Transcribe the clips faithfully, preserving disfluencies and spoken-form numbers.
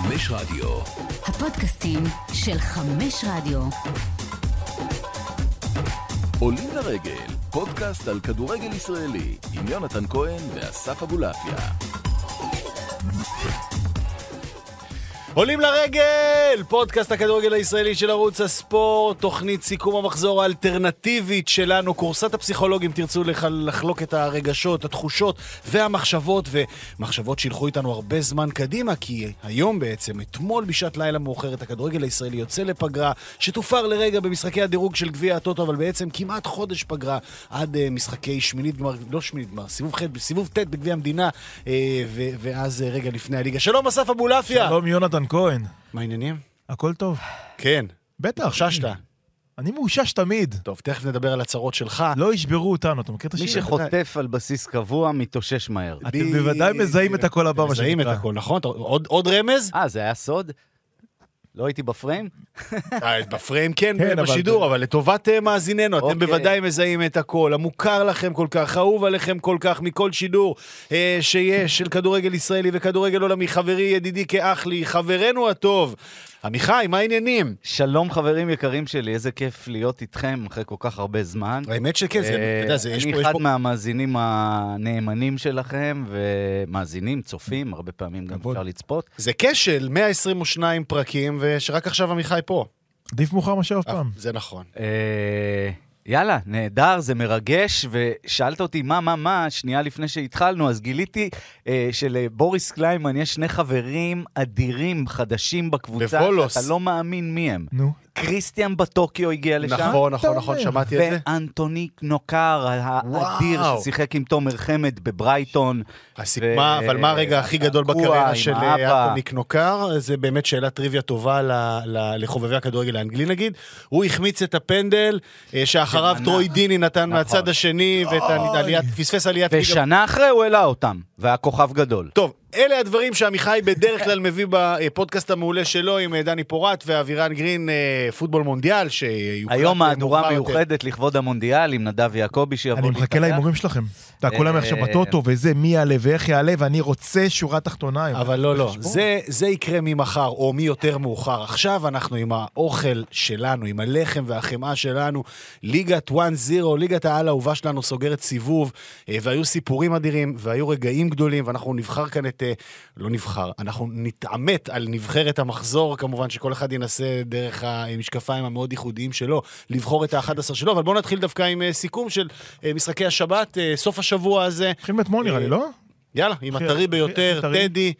חמש רדיו. הפודקאסטים של חמש רדיו. עולים לרגל, פודקאסט על כדורגל ישראלי, עם יונתן כהן ואסף אבולעפיה. עולים לרגל, פודקאסט הכדורגל הישראלי של ערוץ הספורט, תוכנית סיכום המחזור האלטרנטיבית שלנו, קורסת הפסיכולוגים, תרצו לחלוק את הרגשות, התחושות והמחשבות, ומחשבות שילכו איתנו הרבה זמן קדימה, כי היום בעצם, אתמול בשעת לילה מאוחרת, הכדורגל הישראלי יוצא לפגרה, שתופר לרגע במשחקי הדירוג של גביע הטוטו, אבל בעצם כמעט חודש פגרה, עד uh, משחקי שמינית גמר, לא שמינית גמר, סיבוב ח', סיבוב ט' בגביע המדינה, uh, ו- ואז uh, רגע לפני הליגה. שלום אסף אבולעפיה. שלום יונתן כהן. מה העניינים? הכל טוב. כן. בטח. חששת. אני מאושש תמיד. טוב, תכף נדבר על הצרות שלך. לא ישברו אותנו, אתה מכיר את השיר? מי שחוטף על בסיס קבוע מתאושש מהר. אתם בוודאי מזהים את הכל הבא, מה שנקרא. מזהים את הכל, נכון? עוד רמז? אה, זה היה סוד? לא הייתי בפריים? בפריים כן, בשידור, אבל לטובת מאזיננו, אתם בוודאי מזהים את הכל, המוכר לכם כל כך, אהוב עליכם כל כך, מכל שידור שיש של כדורגל ישראלי וכדורגל עולמי, חברי, ידידי, כאח לי, חברנו הטוב, עמיחי, מה העניינים? שלום חברים יקרים שלי, איזה כיף להיות איתכם אחרי כל כך הרבה זמן. האמת שכן, אני אחד מהמאזינים הנאמנים שלכם, ומאזינים, צופים, הרבה פעמים גם אפשר לצפות. זה כשל, מאה עשרים ושניים פרקים, ושרק עכשיו עמיחי פה. עדיף מאוחר מאשר אף פעם. זה נכון. יאללה, נהדר, זה מרגש, ושאלת אותי מה, מה, מה, שנייה לפני שהתחלנו, אז גיליתי אה, שלבוריס קליימן יש שני חברים אדירים חדשים בקבוצה, בפולוס. אתה לא מאמין מי הם. נו. קריסטיאן בטוקיו הגיע לשם. נכון, נכון, נכון, שמעתי את זה. ואנטוני קנוקר, האדיר ששיחק עם תומר חמד בברייטון. מה, אבל מה הרגע הכי גדול בקריירה של אנטוני קנוקר? זה באמת שאלת טריוויה טובה לחובבי הכדורגל האנגלי נגיד. הוא החמיץ את הפנדל, שאחריו טרוי דיני נתן מהצד השני, ופספס עליית... ושנה אחרי הוא העלה אותם, והיה כוכב גדול. טוב, אלה הדברים שעמיחי בדרך כלל מביא בפודקאסט המעולה שלו עם דני פורט ואבירן גרין, פוטבול מונדיאל, היום מהדורה מיוחדת לכבוד המונדיאל עם נדב יעקובי שיבוא אני מחכה להימורים שלכם. אתה כולם עכשיו בטוטו וזה מי יעלה ואיך יעלה, ואני רוצה שורה תחתונה. אבל לא, לא. זה יקרה ממחר או מי יותר מאוחר. עכשיו אנחנו עם האוכל שלנו, עם הלחם והחמאה שלנו, ליגת אחת אפס, ליגת העל האהובה שלנו סוגרת סיבוב, והיו סיפורים אדירים, והיו רגעים גדולים, ואנחנו נבחר כאן את, לא נבחר, אנחנו נתעמת על נבחרת המחזור, כמובן שכל אחד ינסה דרך המשקפיים המאוד ייחודיים שלו, לבחור את ה-אחד עשר שלו, אבל בואו נתחיל דווקא עם סיכום של משחקי השבת, סוף השבוע הזה. התחיל מאתמול נראה לי, לא? יאללה, עם הטרי ביותר, טדי.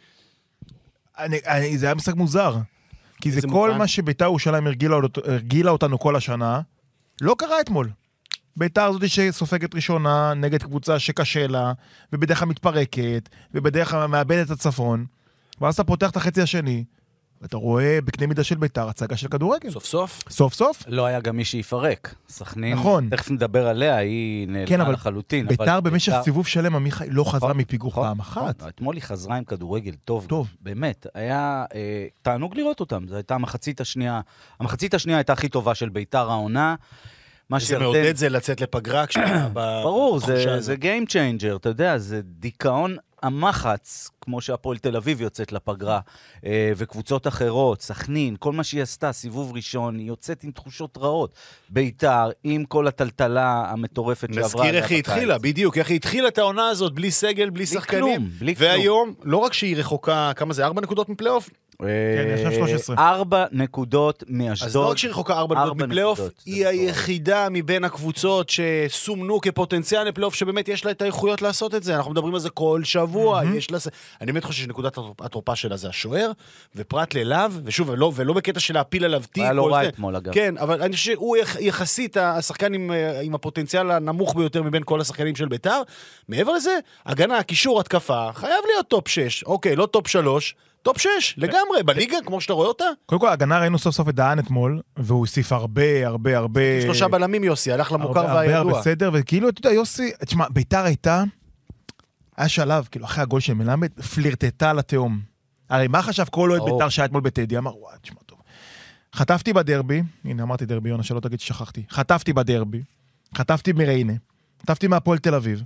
זה היה משחק מוזר, כי זה כל מה שבית"ר ירושלים הרגילה אותנו כל השנה, לא קרה אתמול. בית"ר זאת שסופגת ראשונה נגד קבוצה שקשה לה, ובדרך כלל מתפרקת, ובדרך כלל מאבדת את הצפון, ואז אתה פותח את החצי השני, ואתה רואה בקנה מידה של בית"ר הצגה של כדורגל. סוף סוף? סוף סוף. לא היה גם מי שיפרק. סכנין, נכון. תכף נדבר עליה, היא נעלמה כן, אבל לחלוטין. בית"ר במשך סיבוב שלם, עמיחי לא חזרה מפיגור פעם אחת. אתמול היא חזרה עם כדורגל טוב. טוב. באמת. היה תענוג לראות אותם. זו הייתה המחצית השנייה. המחצית השנייה הייתה הכי טובה של בית"ר העונה. זה מעודד זה לצאת לפגרה כשאתה ברור, זה game changer, אתה יודע, זה דיכאון המחץ, כמו שהפועל תל אביב יוצאת לפגרה, וקבוצות אחרות, סכנין, כל מה שהיא עשתה, סיבוב ראשון, היא יוצאת עם תחושות רעות. בית"ר, עם כל הטלטלה המטורפת שעברה. נזכיר איך היא התחילה, בדיוק, איך היא התחילה את העונה הזאת, בלי סגל, בלי שחקנים. והיום, לא רק שהיא רחוקה, כמה זה, ארבע נקודות מפלייאוף? כן, עכשיו שלוש עשרה. ארבע נקודות מאשדוד. אז לא רק שהיא רחוקה ארבע נקודות מפלייאוף, היא היחידה מבין הקבוצות שסומנו כפוטנציאל לפלייאוף, שבאמת יש לה את האיכויות לעשות את זה. אנחנו מדברים על זה כל שבוע. יש לה... אני באמת חושב שנקודת התרופה שלה זה השוער, ופרט ללב, ושוב, ולא, ולא בקטע של להפיל עליו תיק. היה לא רע אתמול, אגב. כן, אבל אני חושב שהוא יחסית השחקן עם, עם הפוטנציאל הנמוך ביותר מבין כל השחקנים של בית"ר. מעבר לזה, הגנה, קישור, התקפה, חייב להיות טופ שש. אוקיי, לא טופ שלוש. טופ שש, לגמרי, בליגה, כמו שאתה רואה אותה. קודם כל, הגנה ראינו סוף סוף את דהן אתמול, והוא הוסיף הרבה, הרבה, הרבה... שלושה בלמים יוסי, הלך למוכר והידוע. הרבה, הרבה סדר, וכאילו, אתה יודע, יוסי, תשמע, בית"ר הייתה, היה שלב, כאילו, אחרי הגול של מלמד, פלירטטה על התאום. הרי מה חשב כל אוהד בית"ר שהיה אתמול בטדי? אמר, וואי, תשמע, טוב. חטפתי בדרבי, הנה, אמרתי דרבי, יונה, שלא תגיד ששכחתי. חטפתי בדרבי, חטפתי מריינה, חטפתי מהפועל תל אביב,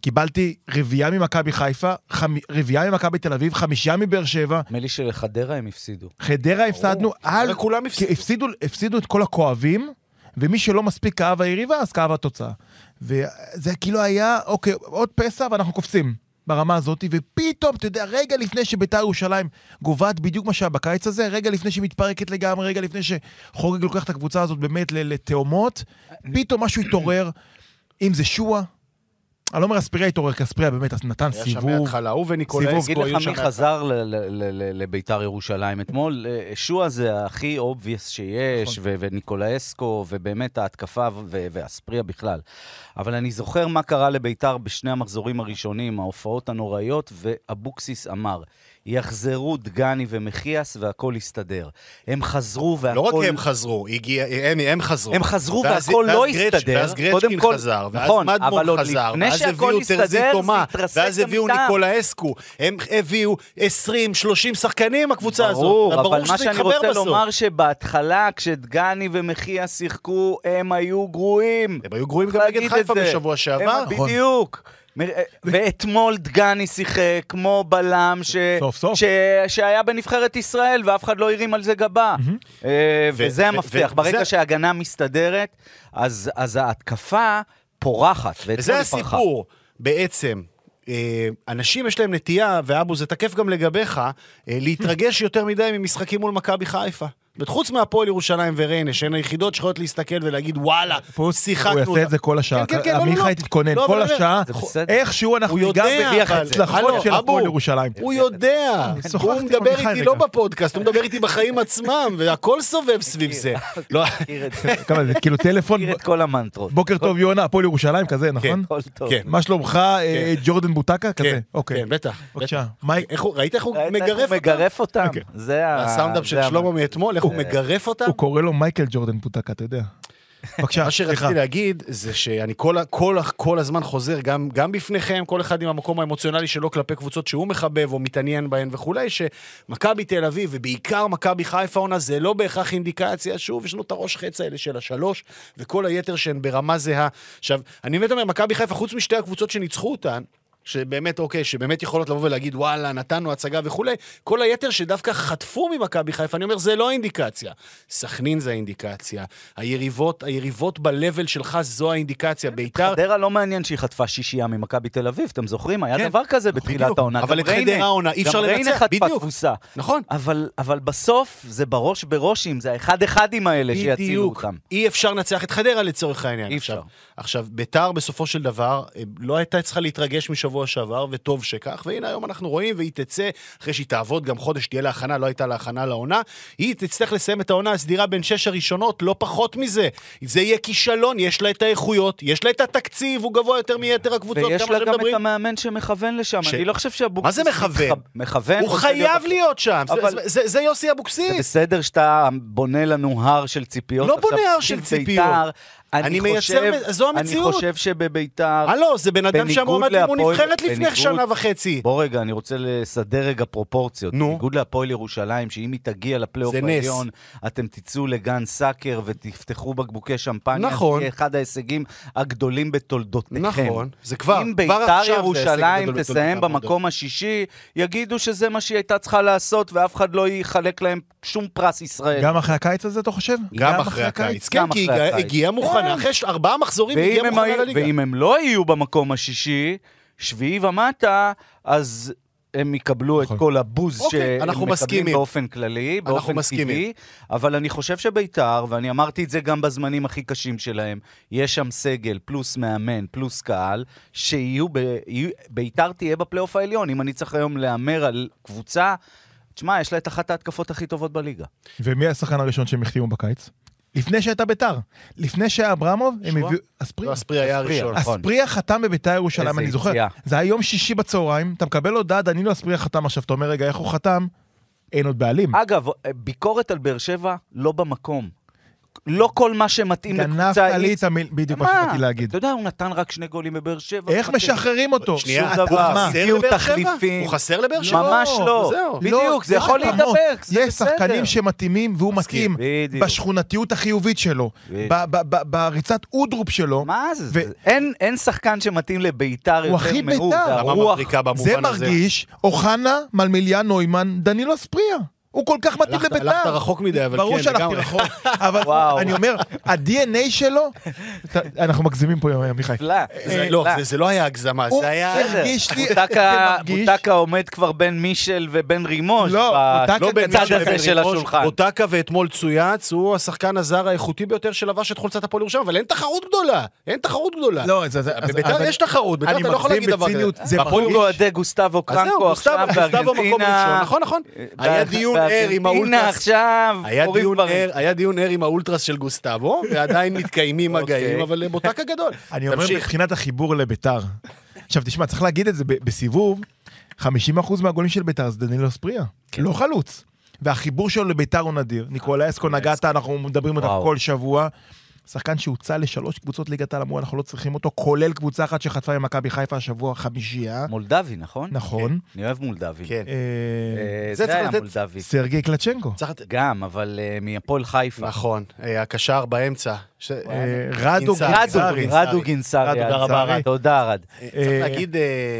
קיבלתי רביעייה ממכבי חיפה, חמ... רביעייה ממכבי תל אביב, חמישייה מבאר שבע. מלי שלחדרה הם הפסידו. חדרה הפסדנו, על... כולם הפסידו. הפסידו, הפסידו את כל הכואבים, ומי שלא מספיק כאב היריבה, אז כאב התוצאה. וזה כאילו היה, אוקיי, עוד פסע ואנחנו קופצים ברמה הזאת, ופתאום, אתה יודע, רגע לפני שבית"ר ירושלים גובעת בדיוק מה שהיה בקיץ הזה, רגע לפני שמתפרקת לגמרי, רגע לפני שחוגג לוקח את הקבוצה הזאת באמת לתאומות, פתאום משהו התעורר, אם זה שואה, אני לא אומר אספריה התעורר, כי אספריה באמת נתן סיבוב. היה שם מהתחלה, הוא וניקולאסקו. אגיד לך מי חזר לביתר ירושלים אתמול, שואה זה הכי אובייס שיש, וניקולאסקו, ובאמת ההתקפה ואספריה בכלל. אבל אני זוכר מה קרה לביתר בשני המחזורים הראשונים, ההופעות הנוראיות, ואבוקסיס אמר, יחזרו דגני ומחיאס והכל יסתדר. הם חזרו והכל... לא רק הם חזרו, הגיע, הם, הם חזרו. הם חזרו והכל לא יסתדר. ואז גרצ'קין חזר, ואז מדמון חזר, ואז הביאו טרזי תומה, ואז הביאו ניקולאסקו. הם הביאו עשרים שלושים שחקנים הקבוצה הזאת. ברור, אבל מה שאני רוצה לומר שבהתחלה, כשדגני ומחיאס שיחקו, הם היו גרועים. הם היו גרועים גם נגד חיפה בשבוע שעבר. בדיוק. ואתמול דגני שיחק כמו בלם ש... סוף סוף. ש... שהיה בנבחרת ישראל ואף אחד לא הרים על זה גבה. Mm-hmm. וזה ו- המפתח. ו- ברגע וזה... שההגנה מסתדרת, אז, אז ההתקפה פורחת. וזה הסיפור בעצם. אנשים יש להם נטייה, ואבו זה תקף גם לגביך, להתרגש יותר מדי ממשחקים מול מכבי חיפה. חוץ מהפועל ירושלים וריינה, שהן היחידות שיכולות להסתכל ולהגיד, וואלה, שיחקנו. הוא יעשה את זה כל השעה. עמיחי תתכונן כל השעה. איכשהו אנחנו ניגע בביח הצלחות של הפועל ירושלים. הוא יודע. הוא מדבר איתי לא בפודקאסט, הוא מדבר איתי בחיים עצמם, והכל סובב סביב זה. זה כאילו טלפון. מכיר את כל המנטרות. בוקר טוב יונה, הפועל ירושלים כזה, נכון? כן. מה שלומך, ג'ורדן בוטקה כזה? כן, בטח. בבקשה. ראית איך הוא מגרף אותם? מגרף אותם. הסאונדאפ של שלמה מאתמול, הוא מגרף אותם? הוא קורא לו מייקל ג'ורדן פוטקה, אתה יודע. בבקשה, מה שרציתי להגיד זה שאני כל, כל, כל הזמן חוזר, גם, גם בפניכם, כל אחד עם המקום האמוציונלי שלו כלפי קבוצות שהוא מחבב או מתעניין בהן וכולי, שמכבי תל אביב ובעיקר מכבי חיפה עונה זה לא בהכרח אינדיקציה, שוב, יש לנו את הראש חץ האלה של השלוש, וכל היתר שהן ברמה זהה. עכשיו, אני באמת אומר, מכבי חיפה חוץ משתי הקבוצות שניצחו אותן, שבאמת, אוקיי, שבאמת יכולות לבוא ולהגיד, וואלה, נתנו הצגה וכו'. כל היתר שדווקא חטפו ממכבי חיפה, אני אומר, זה לא האינדיקציה. סכנין זה האינדיקציה. היריבות, היריבות בלבל שלך זו האינדיקציה. ביתר... חדרה לא מעניין שהיא חטפה שישייה ממכבי תל אביב, אתם זוכרים? היה דבר כזה בתחילת העונה. אבל את חדרה העונה, אי אפשר לנצח, בדיוק. נכון. אבל בסוף זה בראש בראשים, זה האחד אחדים האלה שיצילו אותם. אי אפשר לנצח את חדרה לצורך העניין. אי אפשר. עכשיו, ביתר בסופו של דבר, לא הייתה צריכה להתרגש משבוע שעבר, וטוב שכך, והנה היום אנחנו רואים, והיא תצא, אחרי שהיא תעבוד גם חודש, תהיה להכנה, לא הייתה להכנה לעונה, היא תצטרך לסיים את העונה הסדירה בין שש הראשונות, לא פחות מזה. זה יהיה כישלון, יש לה את האיכויות, יש לה את התקציב, הוא גבוה יותר מיתר הקבוצות. ויש לה גם את המאמן שמכוון לשם, אני לא חושב שאבוקסיס... מה זה מכוון? מכוון? הוא חייב להיות שם, זה יוסי אבוקסיס. זה בסדר שאתה בונה לנו הר של ציפיות. לא בונה הר של ציפיות. אני מייצר, זו המציאות. אני חושב שבביתר... הלו, זה בן אדם שהמועמד הוא נבחרת לפני שנה וחצי. בוא רגע, אני רוצה לסדר רגע פרופורציות. בניגוד להפועל ירושלים, שאם היא תגיע לפלייאוף העליון, אתם תצאו לגן סאקר ותפתחו בקבוקי שמפניה. נכון. זה אחד ההישגים הגדולים בתולדותיכם. נכון. זה כבר, אם ביתר ירושלים תסיים במקום השישי, יגידו שזה מה שהיא הייתה צריכה לעשות, ואף אחד לא יחלק להם שום פרס ישראל. גם אחרי הקיץ הזה, אתה חושב? גם אחרי הקיץ. כן, כי הגיעה מוכנה. אחרי ארבעה מחזורים הגיעה מוכנה לליגה. ואם הם לא יהיו במקום השישי, שביעי ומטה, אז הם יקבלו את כל הבוז שהם מקבלים באופן כללי, באופן טבעי, אבל אני חושב שביתר, ואני אמרתי את זה גם בזמנים הכי קשים שלהם, יש שם סגל פלוס מאמן פלוס קהל, שיהיו, ביתר תהיה בפלייאוף העליון. אם אני צריך היום לאמר על קבוצה, תשמע, יש לה את אחת ההתקפות הכי טובות בליגה. ומי השחקן הראשון שהם החתימו בקיץ? לפני שהייתה ביתר, לפני שהיה אברמוב, הם הביאו... אספריה. אספריה היה הראשון. אספריה חתם בביתר ירושלים, אני זוכר. זה היה יום שישי בצהריים, אתה מקבל הודעה, דנינו אספריה חתם, עכשיו אתה אומר, רגע, איך הוא חתם? אין עוד בעלים. אגב, ביקורת על באר שבע לא במקום. לא כל מה שמתאים לקבוצה... גנבת לי את המיל... בדיוק מה שבאתי להגיד. אתה יודע, הוא נתן רק שני גולים בבאר שבע. איך משחררים אותו? שנייה, שום דבר. הוא חסר הביאו לבאר שבע? תחליפים. הוא חסר לבאר שבע? ממש לא. זהו. בדיוק, זה יכול להידבק, זה יש בסדר. שחקנים שמתאימים, והוא מתאים בדיוק. בשכונתיות החיובית שלו, בדיוק. ב- ב- ב- בריצת אודרופ שלו. מה זה? ו- אין- אין שחקן שמתאים לביתר הוא יותר הכי מהוא. ביתר. זה למה הרוח. מבריקה במובן זה הזה? מרגיש, אוחנה, מלמיליה, נוימן, דנילו אספריה. הוא כל כך מתאים הלכת- לביתר. הלכת רחוק מדי, אבל ברור כן, שהלכתי לגמרי. רחוק, אבל וואו. אני אומר, ה-די אן איי שלו, ת- אנחנו מגזימים פה, מיכאי. נפלא. זה- לא, זה- זה לא היה הגזמה, הוא זה היה... הרגיש לי, זה בוטקה- מרגיש, בוטקה עומד כבר בין מישל ובין רימוש. לא, ב- בוטקה לא בין בצד מישל הזה לבין של רימוש. השולחן. בוטקה ואתמול צויץ, הוא השחקן הזר האיכותי ביותר שלבש את חולצת הפועל ירושלים, אבל אין תחרות גדולה, אין תחרות גדולה. לא, זה, זה, אז- בביתר אז- יש תחרות, בביתר אני אתה לא יכול מגזים להגיד דבר בציניות, כזה. זה והפועל מרגיש- אפרופו אוהדי גוסטבו אז זהו, קרנקו גוסטבו, עכשיו גוסטבו מקום ראשון, נכון, נכון. היה דיון ער עם בארגנטינה האולטרס. עכשיו. היה קורים דיון דברים. ער, היה דיון ער עם האולטרס של גוסטבו, ועדיין מתקיימים מגעים, אבל בוטקה גדול. אני אומר תמשיך. מבחינת החיבור לביתר. עכשיו תשמע, צריך להגיד את זה ב- בסיבוב, חמישים אחוז מהגולים של ביתר זה דנילו אספריה, לא חלוץ. והחיבור שלו לביתר הוא נדיר. ניקולאי אסקו נגעת, אנחנו מדברים עליו וואו. כל שבוע. שחקן שהוצא לשלוש קבוצות ליגת העל, אמרו, אנחנו לא צריכים אותו, כולל קבוצה אחת שחטפה ממכבי חיפה השבוע חמישייה. מולדבי, נכון? נכון. אני אוהב מולדבי. כן. אה, אה, זה זה צריך היה לתת- מולדבי. סרגי קלצ'נקו. צריך לתת- גם, אבל אה, מהפועל חיפה. נכון, אה, הקשר באמצע. ש- אה, רדו גינסארי. גינסארי. גינסארי. רדו גינסרי. רדו תודה רבה, גינסרי. רד. תודה, רד. אה, צריך להגיד... אה,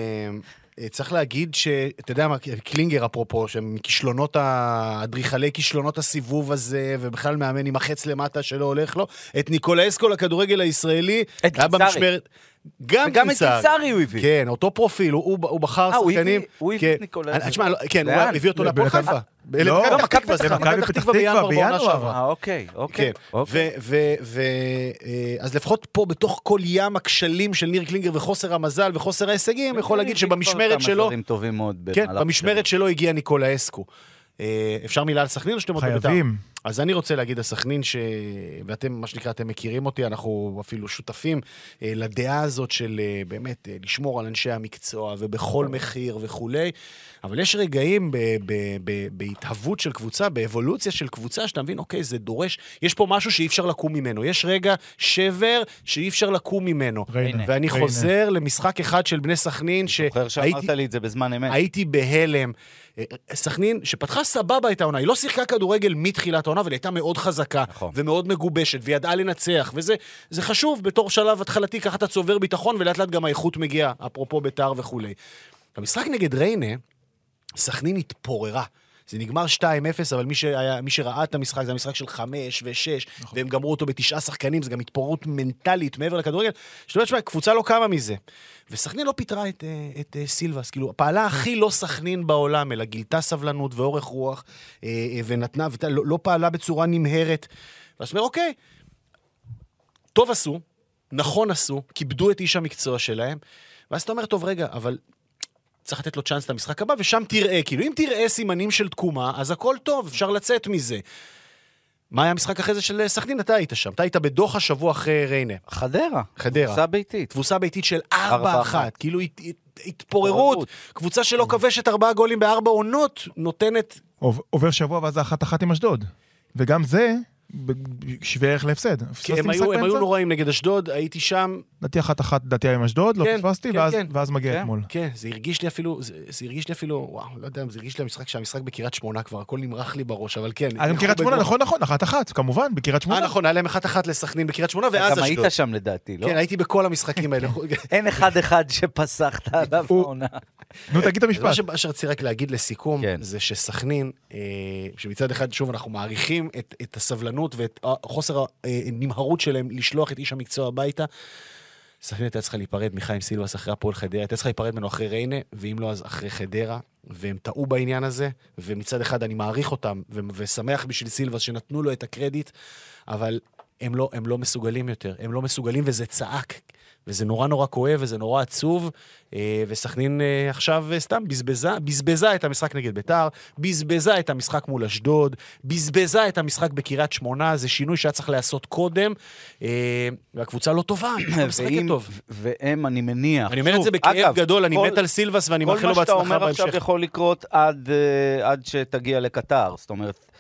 אה, צריך להגיד שאתה יודע מה, קלינגר אפרופו, שמכישלונות, האדריכלי כישלונות הסיבוב הזה, ובכלל מאמן עם החץ למטה שלא הולך לו, את ניקולאסקו לכדורגל הישראלי, את היה גינסרי. במשמרת... גם וגם את גינסרי. גינסרי הוא הביא. כן, אותו פרופיל, הוא, הוא, הוא בחר אה, הוא שחקנים... הביא- הוא הביא כן. את ניקולאסקו. אני- תשמע, לא- כן, הוא לאן? הביא אותו להפועל למכבי- חיפה. לא, למכבי פתח מכבי תקווה, פתח סליחה, תקווה. מכבי פתח תקווה בינואר בעונה בינואר. שעברה. אה, אוקיי, כן, אוקיי. אוקיי. ו- ו- ו- אה, אז לפחות פה, בתוך כל ים הכשלים של ניר קלינגר וחוסר המזל וחוסר ההישגים, יכול להגיד שבמשמרת שלו, כמה דברים טובים מאוד כן, במהלך במשמרת שלו הגיע ניקולאסקו. אה, אפשר מילה על סכנין או שאתם עוד בביתר? חייבים. אז אני רוצה להגיד על סכנין, ש... ואתם, מה שנקרא, אתם מכירים אותי, אנחנו אפילו שותפים אה, לדעה הזאת של אה, באמת אה, לשמור על אנשי המקצוע ובכל מחיר וכולי, אבל יש רגעים ב- ב- ב- בהתהוות של קבוצה, באבולוציה של קבוצה, שאתה מבין, אוקיי, זה דורש, יש פה משהו שאי אפשר לקום ממנו, יש רגע שבר שאי אפשר לקום ממנו. ריינה, ואני ריינה. חוזר למשחק אחד של בני סכנין, זוכר שאמרת לי את זה בזמן אמת. הייתי בהלם. סכנין, שפתחה סבבה את העונה, היא לא שיחקה כדורגל מתחילת העונה, אבל היא הייתה מאוד חזקה, נכון. ומאוד מגובשת, וידעה לנצח, וזה זה חשוב בתור שלב התחלתי, ככה אתה צובר ביטחון, ולאט לאט גם האיכות מגיעה, אפרופו ביתר וכולי. המשחק נגד ריינה, סכנין התפוררה. זה נגמר שתיים אפס, אבל מי, שהיה, מי שראה את המשחק, זה המשחק של חמש ושש, נכון. והם גמרו אותו בתשעה שחקנים, זה גם התפוררות מנטלית מעבר לכדורגל. שאתה יודע, קבוצה לא קמה מזה. וסכנין לא פיתרה את, את, את סילבס, כאילו, הפעלה הכי לא סכנין בעולם, אלא גילתה סבלנות ואורך רוח, ונתנה, ולא לא פעלה בצורה נמהרת. ואז אומר, אוקיי, טוב עשו, נכון עשו, כיבדו את איש המקצוע שלהם, ואז אתה אומר, טוב, רגע, אבל צריך לתת לו צ'אנס למשחק הבא, ושם תראה, כאילו, אם תראה סימנים של תקומה, אז הכל טוב, אפשר לצאת מזה. מה היה המשחק אחרי זה של סכנין? אתה היית שם, אתה היית בדוחה שבוע אחרי ריינה. חדרה. חדרה. תבוסה ביתית. תבוסה ביתית של ארבע ארבע אחת, אחת. כאילו הת- הת- התפוררות, קבוצה שלא כבשת ארבעה גולים בארבע עונות, נותנת... עוב- עובר שבוע ואז זה אחת אחת עם אשדוד. וגם זה ב- שווה ערך להפסד. כי פספסתי הם משחק היו, הם היו באמצע? נוראים נגד אשדוד, הייתי שם, דעתי אחת אחת, דעתי עם אשדוד, לא כן, פספסתי, כן, ואז- כן. ואז מגיע כן. אתמול. כן, זה הרגיש לי אפילו, זה, זה הרגיש לי אפילו, וואו, לא יודע אם זה הרגיש לי המשחק, שהמשחק בקריית שמונה כבר, הכל נמרח לי בראש, אבל כן. גם קריית שמונה, נכון, נכון, אחת אחת, כמובן, בקריית שמונה. אה, נכון, היה להם אחת אחת לסכנין בקריית שמונה, ואז גם אשדוד. היית שם לדעתי, לא? כן, הייתי בכל המשחקים האלה. אין אחד אחד שפסחת עליו העונה. נו, תגיד את מה המשפט. ש- מה שרציתי רק להגיד לסיכום, כן. זה שסכנין, אה, שמצד אחד, שוב, אנחנו מעריכים את, את הסבלנות ואת חוסר הנמהרות שלהם לשלוח את איש המקצוע הביתה. סכנין הייתה צריכה להיפרד מחיים סילבס אחרי הפועל חדרה, הייתה צריכה להיפרד ממנו אחרי ריינה, ואם לא אז אחרי חדרה, והם טעו בעניין הזה, ומצד אחד אני מעריך אותם, ו- ושמח בשביל סילבס שנתנו לו את הקרדיט, אבל הם לא, הם לא מסוגלים יותר, הם לא מסוגלים וזה צעק, וזה נורא נורא כואב, וזה נורא עצוב, וסכנין עכשיו סתם בזבזה, בזבזה את המשחק נגד ביתר, בזבזה את המשחק מול אשדוד, בזבזה את המשחק בקריית שמונה, זה שינוי שהיה צריך לעשות קודם, והקבוצה לא טובה, המשחק ואם- טוב. והם, אני מניח. אני אומר את שוב, זה בכאב אגב, גדול, אני כל- מת על סילבס ואני מאחל לו כל מה שאתה בהצלחה אומר עכשיו בהמשך. יכול לקרות עד, אה, עד שתגיע לקטר. זאת אומרת,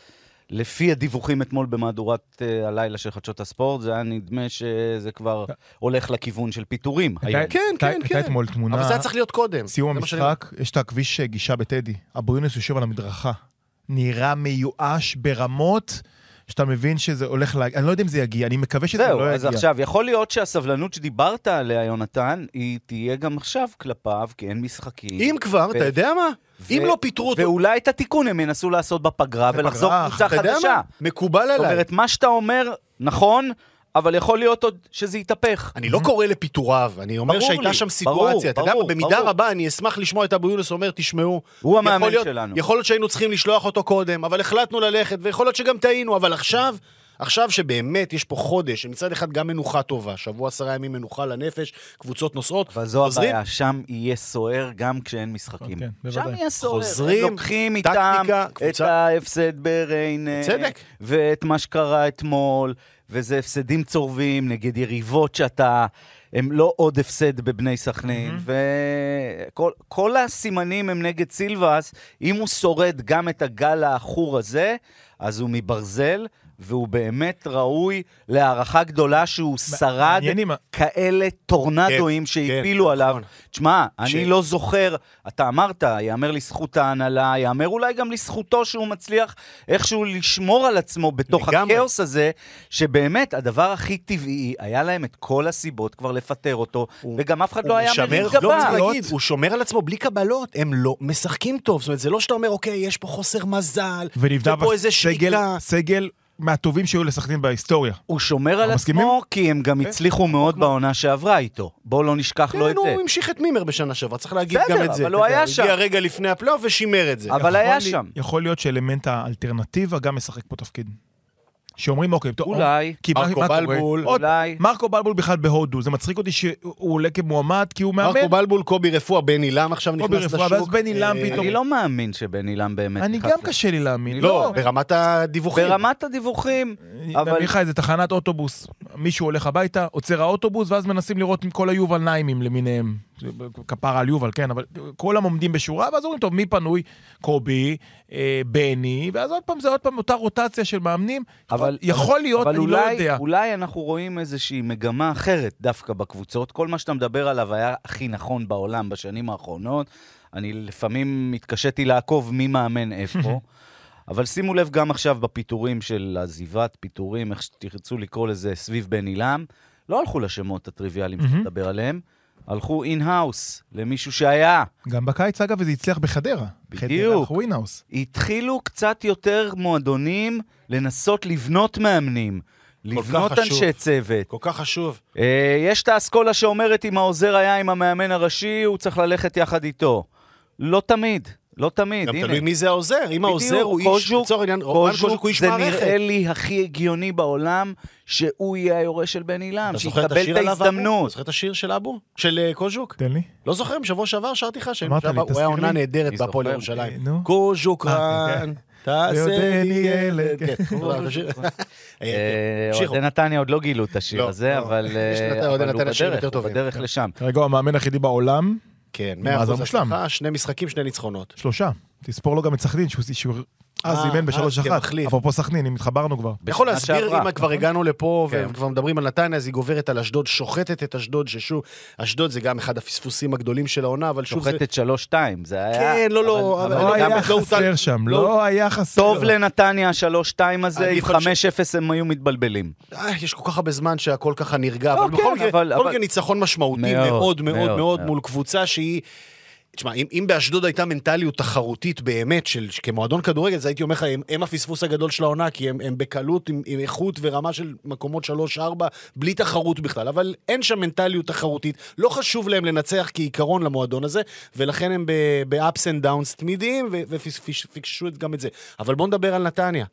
לפי הדיווחים אתמול במהדורת uh, הלילה של חדשות הספורט, זה היה נדמה שזה כבר הולך לכיוון של פיטורים. כן, כן, כן. הייתה אתמול תמונה... אבל זה היה צריך להיות קודם. סיום המשחק, יש את הכביש גישה בטדי. הבריונס יושב על המדרכה. נראה מיואש ברמות... שאתה מבין שזה הולך להגיע, אני לא יודע אם זה יגיע, אני מקווה שזה לא יגיע. זהו, אז עכשיו, יכול להיות שהסבלנות שדיברת עליה, יונתן, היא תהיה גם עכשיו כלפיו, כי אין משחקים. אם כבר, אתה יודע מה? אם לא פיטרו אותו... ואולי את התיקון הם ינסו לעשות בפגרה, ולחזור קבוצה חדשה. מקובל עליי. זאת אומרת, מה שאתה אומר, נכון, אבל יכול להיות עוד שזה יתהפך. אני לא קורא לפיטוריו, אני אומר שהייתה שם סיטואציה. אתה יודע, במידה רבה אני אשמח לשמוע את אבו יונס אומר, תשמעו. הוא המאמן שלנו. יכול להיות שהיינו צריכים לשלוח אותו קודם, אבל החלטנו ללכת, ויכול להיות שגם טעינו, אבל עכשיו, עכשיו שבאמת יש פה חודש, שמצד אחד גם מנוחה טובה, שבוע עשרה ימים מנוחה לנפש, קבוצות נוסעות. אבל זו הבעיה, שם יהיה סוער גם כשאין משחקים. שם יהיה סוער. חוזרים, לוקחים איתם את ההפסד בריינה, ואת מה שקרה אתמול, וזה הפסדים צורבים נגד יריבות שאתה, הם לא עוד הפסד בבני סכנין, וכל כל הסימנים הם נגד סילבס, אם הוא שורד גם את הגל האחור הזה, אז הוא מברזל, והוא באמת ראוי להערכה גדולה שהוא שרד כאלה טורנדואים שהפילו עליו. תשמע, אני לא זוכר, אתה אמרת, יאמר לזכות ההנהלה, יאמר אולי גם לזכותו שהוא מצליח איכשהו לשמור על עצמו בתוך הכאוס הזה, שבאמת הדבר הכי טבעי, היה להם את כל הסיבות כבר לפטר אותו, וגם אף אחד לא היה מרים גבה. הוא שומר על עצמו בלי קבלות, הם לא משחקים טוב, זאת אומרת, זה לא שאתה אומר, אוקיי, יש פה חוסר מזל, ופה איזה שיקה. סגל מהטובים שהיו לסכנין בהיסטוריה. הוא שומר על עצמו, כי הם גם הצליחו מאוד בעונה שעברה איתו. בואו לא נשכח לו את זה. הוא המשיך את מימר בשנה שעברה, צריך להגיד גם את זה. אבל הוא היה שם. הגיע רגע לפני הפלייאוף ושימר את זה. אבל היה שם. יכול להיות שאלמנט האלטרנטיבה גם משחק פה תפקיד. שאומרים, אוקיי, אולי, מרקו בלבול, אולי. מרקו בלבול בכלל בהודו, זה מצחיק אותי שהוא עולה כמועמד, כי הוא מאמן. מרקו בלבול, קובי רפואה, בן אילם עכשיו נכנס לשוק. ואז בן אילם פתאום. אני לא מאמין שבן אילם באמת. אני גם קשה לי להאמין. לא, ברמת הדיווחים. ברמת הדיווחים. נביך איזה תחנת אוטובוס, מישהו הולך הביתה, עוצר האוטובוס, ואז מנסים לראות כל היובל נעימים למיניהם. כפרה על יובל, כן, אבל כל עומדים בשורה, ואז אומרים, טוב, מי פנוי? קובי, בני, ואז עוד פעם, זה עוד פעם אותה רוטציה של מאמנים. אבל יכול להיות, אני לא יודע. אולי אנחנו רואים איזושהי מגמה אחרת דווקא בקבוצות. כל מה שאתה מדבר עליו היה הכי נכון בעולם בשנים האחרונות. אני לפעמים מתקשתי לעקוב מי מאמן איפה. אבל שימו לב גם עכשיו בפיטורים של עזיבת פיטורים, איך שתרצו לקרוא לזה סביב בן אילם, לא הלכו לשמות הטריוויאליים שתדבר עליהם, הלכו אין-האוס, למישהו שהיה. גם בקיץ, אגב, וזה הצליח בחדרה. בדיוק. הלכו אין-האוס. התחילו קצת יותר מועדונים לנסות לבנות מאמנים, לבנות אנשי צוות. כל כך חשוב. יש את האסכולה שאומרת, אם העוזר היה עם המאמן הראשי, הוא צריך ללכת יחד איתו. לא תמיד. לא תמיד, גם הנה. תלוי מי זה העוזר, אם העוזר הוא איש, לצורך העניין, קוז'וק הוא איש מערכת. זה נראה לי הכי הגיוני בעולם, שהוא יהיה היורש של בן אילם, שיקבל את ההזדמנות. אתה זוכר את השיר של אבו? של קוז'וק? תן לי. לא זוכר, בשבוע שעבר שרתי לך, הוא היה עונה נהדרת בהפועל ירושלים. קוז'וק רן, תעשה לי ילד. אוהדי נתניה עוד לא גילו את השיר הזה, אבל הוא בדרך לשם. כרגע הוא המאמן היחידי בעולם. כן, מאה אחוז הצלחה, שני משחקים, שני ניצחונות. שלושה. תספור לו גם את סכנין, שהוא אז אימן בשלוש אחת. אפרופו סכנין, אם התחברנו כבר. יכול להסביר, אם כבר הגענו לפה, וכבר מדברים על נתניה, אז היא גוברת על אשדוד, שוחטת את אשדוד, ששוב, אשדוד זה גם אחד הפספוסים הגדולים של העונה, אבל שוב זה... שוחטת שלוש שתיים, זה היה... כן, לא, לא. לא היה חסר שם, לא היה חסר. טוב לנתניה, שלוש שתיים הזה, עם חמש אפס הם היו מתבלבלים. יש כל כך הרבה זמן שהכל ככה נרגע, אבל בכל מקרה ניצחון משמעותי מאוד מאוד מאוד מול קבוצה שהיא תשמע, אם, אם באשדוד הייתה מנטליות תחרותית באמת, של, כמועדון כדורגל, אז הייתי אומר לך, הם, הם הפספוס הגדול של העונה, כי הם, הם בקלות, עם, עם איכות ורמה של מקומות שלוש ארבע, בלי תחרות בכלל, אבל אין שם מנטליות תחרותית, לא חשוב להם לנצח כעיקרון למועדון הזה, ולכן הם ב-ups and downs תמידיים, ופיקשו גם את זה. אבל בוא נדבר על נתניה.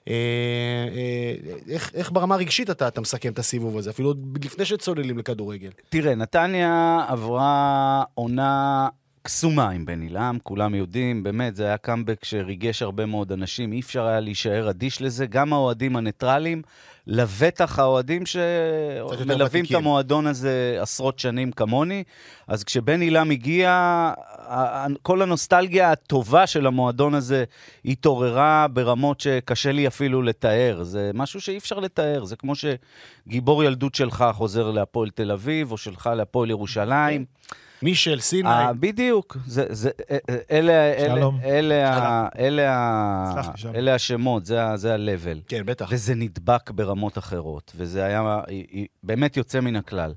איך, איך ברמה רגשית אתה, אתה מסכם את הסיבוב הזה, אפילו לפני שצוללים לכדורגל? תראה, נתניה עברה עונה קסומה עם בן אילם, כולם יודעים, באמת, זה היה קאמבק שריגש הרבה מאוד אנשים, אי אפשר היה להישאר אדיש לזה, גם האוהדים הניטרליים, לבטח האוהדים שמלווים את המועדון הזה עשרות שנים כמוני, אז כשבן אילם הגיע, כל הנוסטלגיה הטובה של המועדון הזה התעוררה ברמות שקשה לי אפילו לתאר, זה משהו שאי אפשר לתאר, זה כמו שגיבור ילדות שלך חוזר להפועל תל אביב, או שלך להפועל ירושלים, מישל, סיני. בדיוק. אלה השמות, זה ה-level. כן, בטח. וזה נדבק ברמות אחרות, וזה היה באמת יוצא מן הכלל.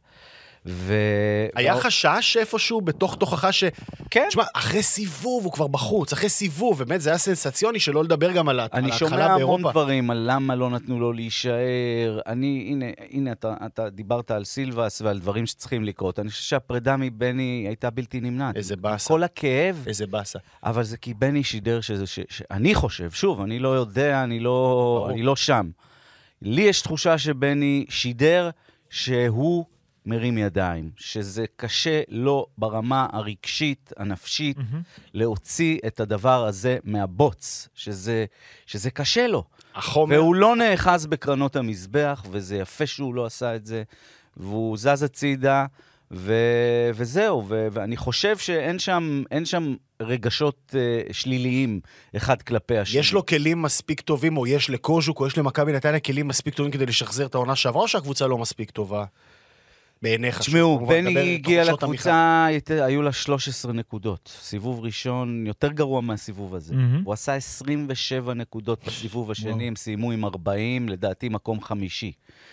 היה חשש איפשהו בתוך תוכחה ש... כן. תשמע, אחרי סיבוב הוא כבר בחוץ, אחרי סיבוב, באמת זה היה סנסציוני שלא לדבר גם על ההתחלה באירופה. אני שומע המון דברים על למה לא נתנו לו להישאר. אני, הנה, הנה, אתה, אתה דיברת על סילבס ועל דברים שצריכים לקרות. אני חושב שהפרידה מבני הייתה בלתי נמנעת. איזה באסה. כל הכאב. איזה באסה. אבל זה כי בני שידר שזה, ש, ש, אני חושב, שוב, אני לא יודע, אני לא, אני לא שם. לי יש תחושה שבני שידר שהוא מרים ידיים, שזה קשה לו ברמה הרגשית, הנפשית, mm-hmm. להוציא את הדבר הזה מהבוץ, שזה, שזה קשה לו. החומר. והוא לא נאחז בקרנות המזבח, וזה יפה שהוא לא עשה את זה, והוא זז הצידה, ו... וזהו, ו... ואני חושב שאין שם, אין שם רגשות uh, שליליים אחד כלפי השני. יש לו כלים מספיק טובים, או יש לקוז'וק, או יש למכבי נתניה כלים מספיק טובים כדי לשחזר את העונה שעברה, או שהקבוצה לא מספיק טובה? בעיניך. תשמעו, בני הגיע לקבוצה, היו לה שלוש עשרה נקודות. סיבוב ראשון יותר גרוע מהסיבוב הזה. Mm-hmm. הוא עשה עשרים ושבע נקודות בסיבוב השני, wow. הם סיימו עם ארבעים, לדעתי מקום חמישי.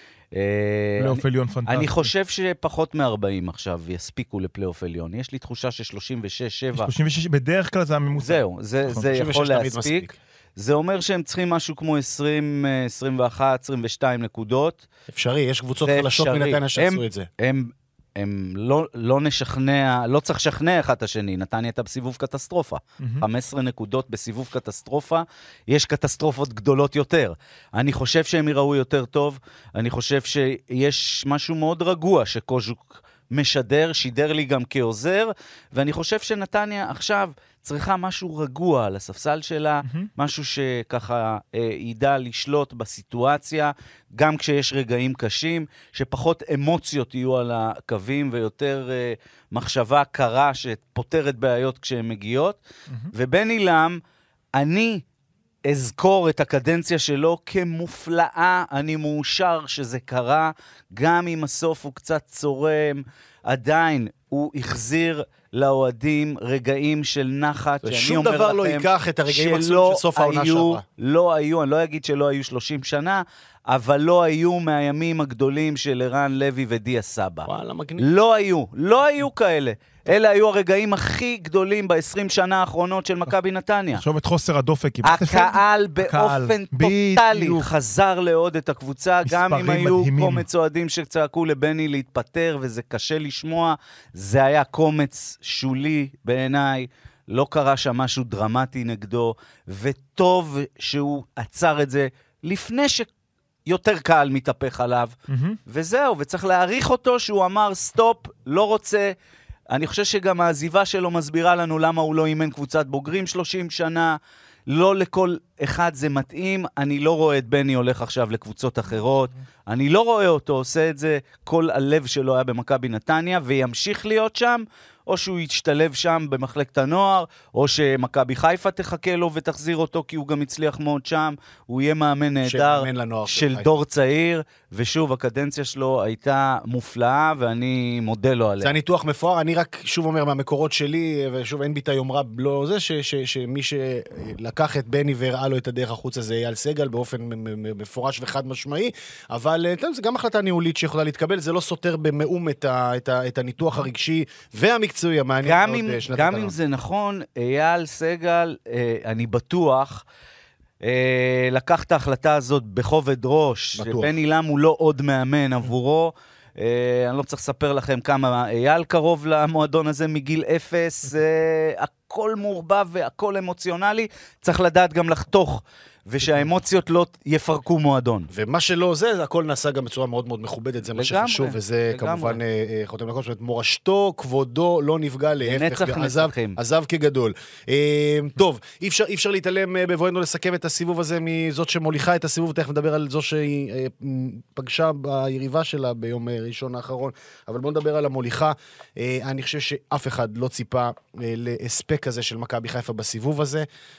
פלייאוף עליון פנטסטי. אני חושב שפחות מ-ארבעים עכשיו יספיקו לפלייאוף עליון. יש לי תחושה ש-שלושים ושש שבע... שלושים ושש, בדרך כלל זה הממוצע. זהו, זה, זה יכול להספיק. זה אומר שהם צריכים משהו כמו עשרים, עשרים ואחת, עשרים ושתיים נקודות. אפשרי, יש קבוצות חלשות מנתניה שעשו את זה. הם, הם לא, לא נשכנע, לא צריך לשכנע אחד השני. נתניה הייתה בסיבוב קטסטרופה. Mm-hmm. חמש עשרה נקודות בסיבוב קטסטרופה. יש קטסטרופות גדולות יותר. אני חושב שהם יראו יותר טוב. אני חושב שיש משהו מאוד רגוע שקוז'וק משדר, שידר לי גם כעוזר, ואני חושב שנתניה עכשיו צריכה משהו רגוע על הספסל שלה, mm-hmm. משהו שככה אה, ידע לשלוט בסיטואציה, גם כשיש רגעים קשים, שפחות אמוציות יהיו על הקווים, ויותר אה, מחשבה קרה שפותרת בעיות כשהן מגיעות. Mm-hmm. ובן אילם, אני אזכור את הקדנציה שלו כמופלאה, אני מאושר שזה קרה, גם אם הסוף הוא קצת צורם, עדיין הוא החזיר לאוהדים רגעים של נחת, שום דבר לא ייקח את הרגעים עצמם של סוף העונה שעברה. לא היו, אני לא אגיד שלא היו שלושים שנה, אבל לא היו מהימים הגדולים של ערן לוי ודיה סבא. וואלה, מגניב. לא היו, לא היו כאלה. אלה היו הרגעים הכי גדולים ב-עשרים שנה האחרונות של מכבי נתניה. עכשיו את חוסר הדופק. הקהל באופן טוטלי חזר לעוד את הקבוצה, גם אם היו קומץ אוהדים שצעקו לבני להתפטר, וזה קשה לשמוע, זה היה קומץ שולי בעיניי, לא קרה שם משהו דרמטי נגדו, וטוב שהוא עצר את זה לפני ש... יותר קהל מתהפך עליו, mm-hmm. וזהו, וצריך להעריך אותו שהוא אמר סטופ, לא רוצה. אני חושב שגם העזיבה שלו מסבירה לנו למה הוא לא אימן קבוצת בוגרים שלושים שנה, לא לכל אחד זה מתאים, אני לא רואה את בני הולך עכשיו לקבוצות אחרות, mm-hmm. אני לא רואה אותו עושה את זה, כל הלב שלו היה במכבי נתניה, וימשיך להיות שם, או שהוא ישתלב שם במחלקת הנוער, או שמכבי חיפה תחכה לו ותחזיר אותו, כי הוא גם הצליח מאוד שם, הוא יהיה מאמן נהדר של דור צעיר, ושוב, הקדנציה שלו הייתה מופלאה, ואני מודה לו עליה. זה הניתוח מפואר, אני רק שוב אומר מהמקורות שלי, ושוב אין בי את היומרה, לא זה, ש, ש, שמי שלקח את בני והראה לו את הדרך החוץ הזה, אייל סגל, באופן מפורש וחד משמעי, אבל זה גם החלטה ניהולית שיכולה להתקבל, זה לא סותר במאום את, ה, את, ה, את הניתוח הרגשי והמקצועי. גם אם, גם אם זה נכון, אייל סגל, אה, אני בטוח, אה, לקח את ההחלטה הזאת בכובד ראש, שבן אילם הוא לא עוד מאמן עבורו, אה, אני לא צריך לספר לכם כמה אייל קרוב למועדון הזה מגיל אפס, אה, הכל מעורבב והכל אמוציונלי, צריך לדעת גם לחתוך ושהאמוציות לא יפרקו מועדון. ומה שלא זה, הכל נעשה גם בצורה מאוד מאוד מכובדת, זה מה שחשוב, וזה כמובן חותם לכל, זאת אומרת, מורשתו, כבודו, לא נפגע להפך, עזב כגדול. טוב, אי אפשר להתעלם בבואנו לסכם את הסיבוב הזה מזאת שמוליכה את הסיבוב, תכף נדבר על זו שהיא פגשה ביריבה שלה ביום ראשון האחרון, אבל בואו נדבר על המוליכה. אני חושב שאף אחד לא ציפה להספק הזה של מכבי חיפה בסיבוב הזה,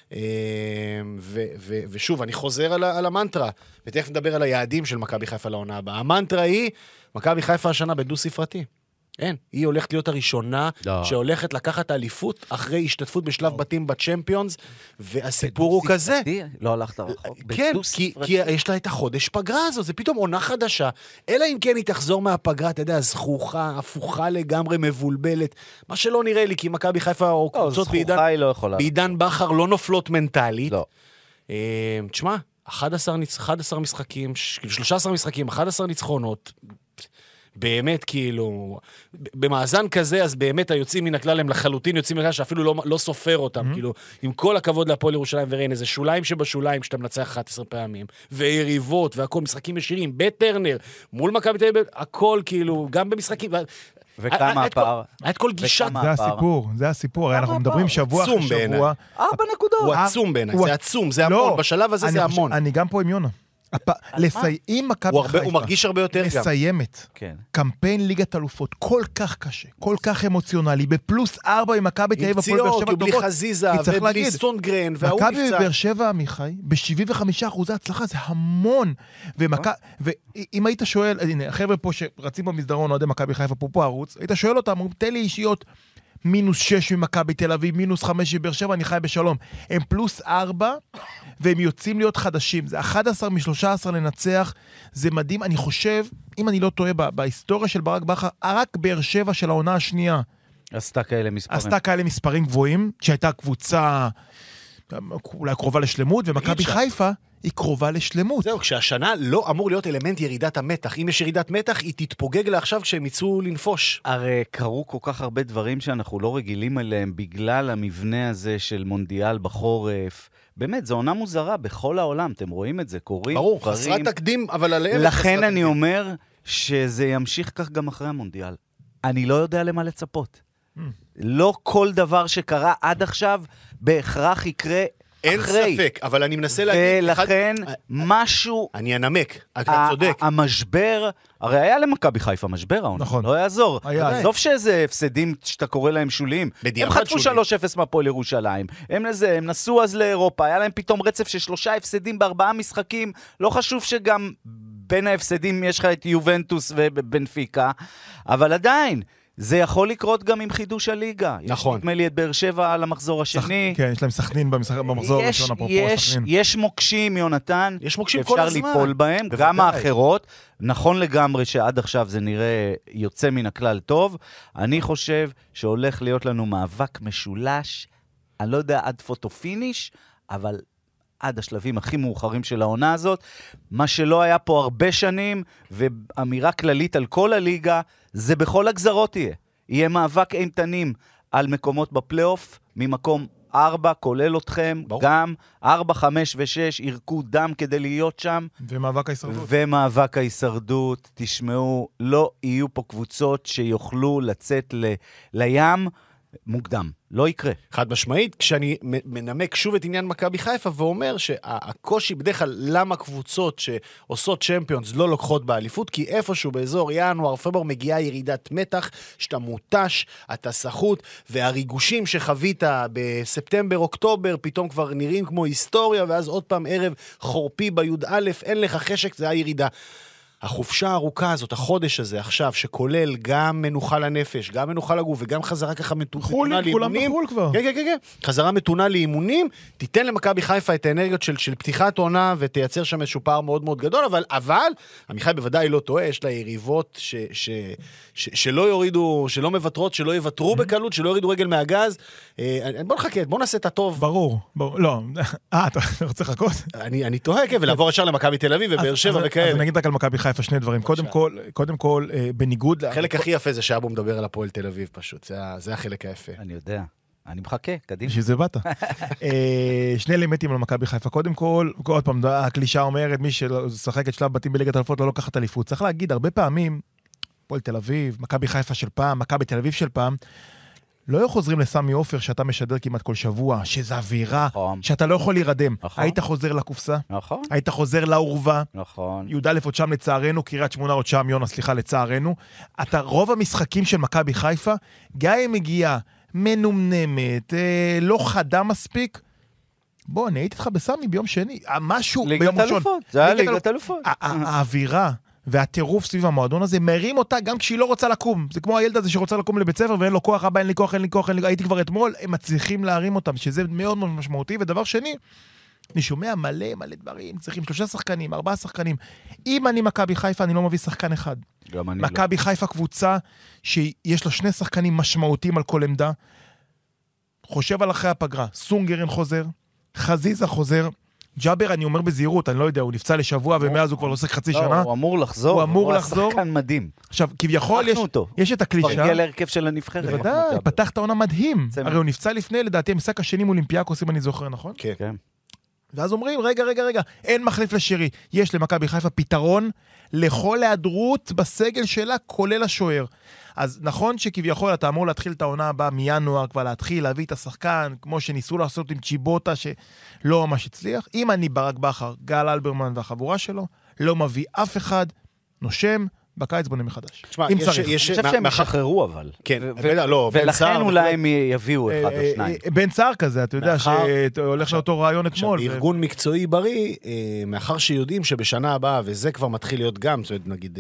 ושוב, אני חוזר על המנטרה, ותכף נדבר על היעדים של מכבי חיפה לעונה הבאה. המנטרה היא, מכבי חיפה השנה בדו ספרתי. אין, היא הולכת להיות הראשונה שהולכת לקחת האליפות אחרי השתתפות בשלב בתים בצ'מפיונס, והסיפור הוא כזה. לא הלכת רחוק. כן, כי יש לה את החודש פגרה הזו, זה פתאום עונה חדשה, אלא אם כן היא תחזור מהפגרה, אתה יודע, זכוכה, הפוכה לגמרי, מבולבלת, מה שלא נראה לי, כי מכבי חיפה או קבוצות בעידן בכר לא נופלות מנטלית. תשמע, אחד עשר משחקים, שלושה עשר משחקים, אחד עשר ניצחונות, באמת כאילו, במאזן כזה, אז באמת היוצאים מן הכלל הם לחלוטין יוצאים מן הכלל שאפילו לא, לא סופר אותם, mm-hmm. כאילו, עם כל הכבוד להפועל ירושלים וריין, איזה שוליים שבשוליים שאתה מנצח אחת עשרה פעמים, ויריבות, והכל, משחקים ישירים, בטרנר, מול מכבי תל אביב, הכל כאילו, גם במשחקים, וכמה הפער? היה את כל גישת. זה הסיפור, זה הסיפור, הרי אנחנו מדברים שבוע אחרי שבוע. ארבע נקודות. הוא עצום בעיניי, זה עצום, זה המון, בשלב הזה זה המון. אני גם פה עם יונה. אם מכבי חיפה הוא מרגיש הרבה יותר גם. מסיימת קמפיין ליגת אלופות כל כך קשה, כל כך אמוציונלי, בפלוס ארבע עם מכבי תל אביב, עם פציעות, בלי חזיזה, ובלי סונגרן, והוא נפצע. מכבי בבאר שבע, עמיחי, ב-שבעים וחמישה אחוז הצלחה, זה המון. ואם היית שואל, הנה, החבר'ה פה שרצים במסדרון, אוהדי מכבי חיפה, פה פה ערוץ, היית שואל אותם, תן לי אישיות, מינוס שש ממכבי תל אביב, מינוס חמש מבאר שבע, אני חי בשלום. הם פלוס ארבע, והם יוצאים להיות חדשים. זה אחד עשר משלושה עשר לנצח, זה מדהים. אני חושב, אם אני לא טועה, בהיסטוריה של ברק בכר, רק באר שבע של העונה השנייה, עשתה כאלה מספרים. עשתה כאלה מספרים גבוהים, שהייתה קבוצה אולי קרובה לשלמות, ומכבי חיפה היא קרובה לשלמות. זהו, כשהשנה לא אמור להיות אלמנט ירידת המתח. אם יש ירידת מתח, היא תתפוגג לה עכשיו כשהם יצאו לנפוש. הרי קרו כל כך הרבה דברים שאנחנו לא רגילים אליהם, בגלל המבנה הזה של מונדיאל בחורף. באמת, זו עונה מוזרה בכל העולם, אתם רואים את זה, קוראים. ברור, חסרת תקדים, אבל עליהם... לכן אני אומר שזה ימשיך כך גם אחרי המונדיאל. אני לא יודע למה לצפות. לא כל דבר שקרה עד עכשיו בהכרח יקרה אין אחרי. אין ספק, אבל אני מנסה להגיד... ולכן אחד... משהו... אני אנמק, אתה צודק. המשבר, הרי היה למכבי חיפה משבר העונה, נכון. לא יעזור. עזוב שזה הפסדים שאתה קורא להם שוליים. הם חטפו שלוש אפס מהפועל ירושלים. הם לזה, הם נסעו אז לאירופה, היה להם פתאום רצף של שלושה הפסדים בארבעה משחקים. לא חשוב שגם בין ההפסדים יש לך את יובנטוס ובנפיקה, אבל עדיין... זה יכול לקרות גם עם חידוש הליגה. נכון. יש נדמה לי את באר שבע על המחזור השני. כן, יש להם סכנין במחזור הראשון, אפרופו סכנין. יש מוקשים, יונתן, יש מוקשים כל הזמן. אפשר ליפול בהם, גם האחרות. נכון לגמרי שעד עכשיו זה נראה יוצא מן הכלל טוב. אני חושב שהולך להיות לנו מאבק משולש, אני לא יודע עד פוטו פיניש, אבל עד השלבים הכי מאוחרים של העונה הזאת. מה שלא היה פה הרבה שנים, ואמירה כללית על כל הליגה, זה בכל הגזרות יהיה. יהיה מאבק אימתנים על מקומות בפלייאוף, ממקום ארבע, כולל אתכם, ברור. גם ארבע, חמש ושש, ירקו דם כדי להיות שם. ומאבק ההישרדות. ומאבק ההישרדות, תשמעו, לא יהיו פה קבוצות שיוכלו לצאת ל- לים, מוקדם, לא יקרה. חד משמעית, כשאני מנמק שוב את עניין מכבי חיפה ואומר שהקושי בדרך כלל למה קבוצות שעושות צ'מפיונס לא לוקחות באליפות, כי איפשהו באזור ינואר, פברואר מגיעה ירידת מתח, שאתה מוטש, אתה סחוט, והריגושים שחווית בספטמבר, אוקטובר, פתאום כבר נראים כמו היסטוריה, ואז עוד פעם ערב חורפי ביוד א', אין לך חשק, זה הירידה. החופשה הארוכה הזאת, החודש הזה עכשיו, שכולל גם מנוחה לנפש, גם מנוחה לגוף, וגם חזרה ככה מתונה לאימונים. כולם בחול כבר. כן, כן, כן, כן. חזרה מתונה לאימונים, תיתן למכבי חיפה את האנרגיות של, של פתיחת עונה, ותייצר שם איזשהו פער מאוד מאוד גדול, אבל, אבל, עמיחי בוודאי לא טועה, יש לה יריבות ש, ש, ש, שלא יורידו, שלא מבטרות, שלא יוותרו בקלות, שלא יורידו רגל מהגז. בוא נחכה, בוא נעשה את הטוב. ברור, ברור. לא, אה, אתה רוצה לחכות? אני, אני תוהה, כן, ולעבור ישר למכבי תל אביב ובאר שבע וכאלה. אז אני אגיד רק על מכבי חיפה שני דברים. קודם כל, קודם כל, בניגוד... החלק הכי יפה זה שאבו מדבר על הפועל תל אביב פשוט. זה, זה החלק היפה. אני יודע. אני מחכה, קדימה. בשביל זה באת. שני אלמנטים על מכבי חיפה. קודם כל, עוד פעם, הקלישה אומרת, מי ששחק את שלב בתים בליגת האלופות לא לוקחת אליפות. צריך להגיד, הרבה פעמים, הפועל תל אביב, מכבי חיפה של פעם, מכבי תל אביב של פעם, לא היו חוזרים לסמי עופר שאתה משדר כמעט כל שבוע, שזה אווירה, נכון. שאתה לא יכול להירדם. נכון. היית חוזר לקופסה, נכון. היית חוזר לעורבה, נכון. יהודה אלף עוד שם לצערנו, קריית שמונה עוד שם, יונה, סליחה, לצערנו. אתה, רוב המשחקים של מכבי חיפה, גם אם מגיעה מנומנמת, אה, לא חדה מספיק, בוא, אני הייתי איתך בסמי ביום שני, משהו ביום ראשון. זה היה ליגת אלופות. האווירה והטירוף סביב המועדון הזה, מרים אותה גם כשהיא לא רוצה לקום. זה כמו הילד הזה שרוצה לקום לבית ספר, ואין לו כוח, אבא, אין לי כוח, אין לי כוח, אין לי... הייתי כבר אתמול, הם מצליחים להרים אותם, שזה מאוד מאוד משמעותי. ודבר שני, אני שומע מלא מלא דברים, צריכים שלושה שחקנים, ארבעה שחקנים. אם אני מכבי חיפה, אני לא מביא שחקן אחד. גם אני לא. מכבי חיפה קבוצה שיש לה שני שחקנים משמעותיים על כל עמדה. חושב על אחרי הפגרה, סונגרן חוזר, חזיזה חוזר, ג'אבר, אני אומר בזהירות, אני לא יודע, הוא נפצע לשבוע ומאז הוא כבר לא עוסק חצי שנה. הוא אמור לחזור. הוא אמור לחזור. הוא שחקן מדהים. עכשיו, כביכול יש את הקלישה. כבר הגיע להרכב של הנבחרת. בוודאי, פתח את העונה מדהים. הרי הוא נפצע לפני, לדעתי, המשחק השני מול אולימפיאקוס, אם אני זוכר, נכון? כן. ואז אומרים, רגע, רגע, רגע, אין מחליף לשירי. יש למכבי חיפה פתרון לכל היעדרות בסגל שלה, כולל השוער. אז נכון שכביכול אתה אמור להתחיל את העונה הבאה מינואר, כבר להתחיל להביא את השחקן, כמו שניסו לעשות עם צ'יבוטה, שלא ממש הצליח. אם אני ברק בכר, גל אלברמן והחבורה שלו, לא מביא אף אחד, נושם, בקיץ בונה מחדש. תשמע, אם יש, צריך. יש, אני חושב שהם ישחררו אבל. כן, לא, בן ולכן סער אולי הם יביאו אחד או שניים. בן סער כזה, אתה יודע, שהולך לאותו רעיון אתמול. עכשיו, ארגון מקצועי בריא, מאחר שיודעים שבשנה הבאה, וזה כבר מתחיל להיות גם, זאת אומרת, נגיד,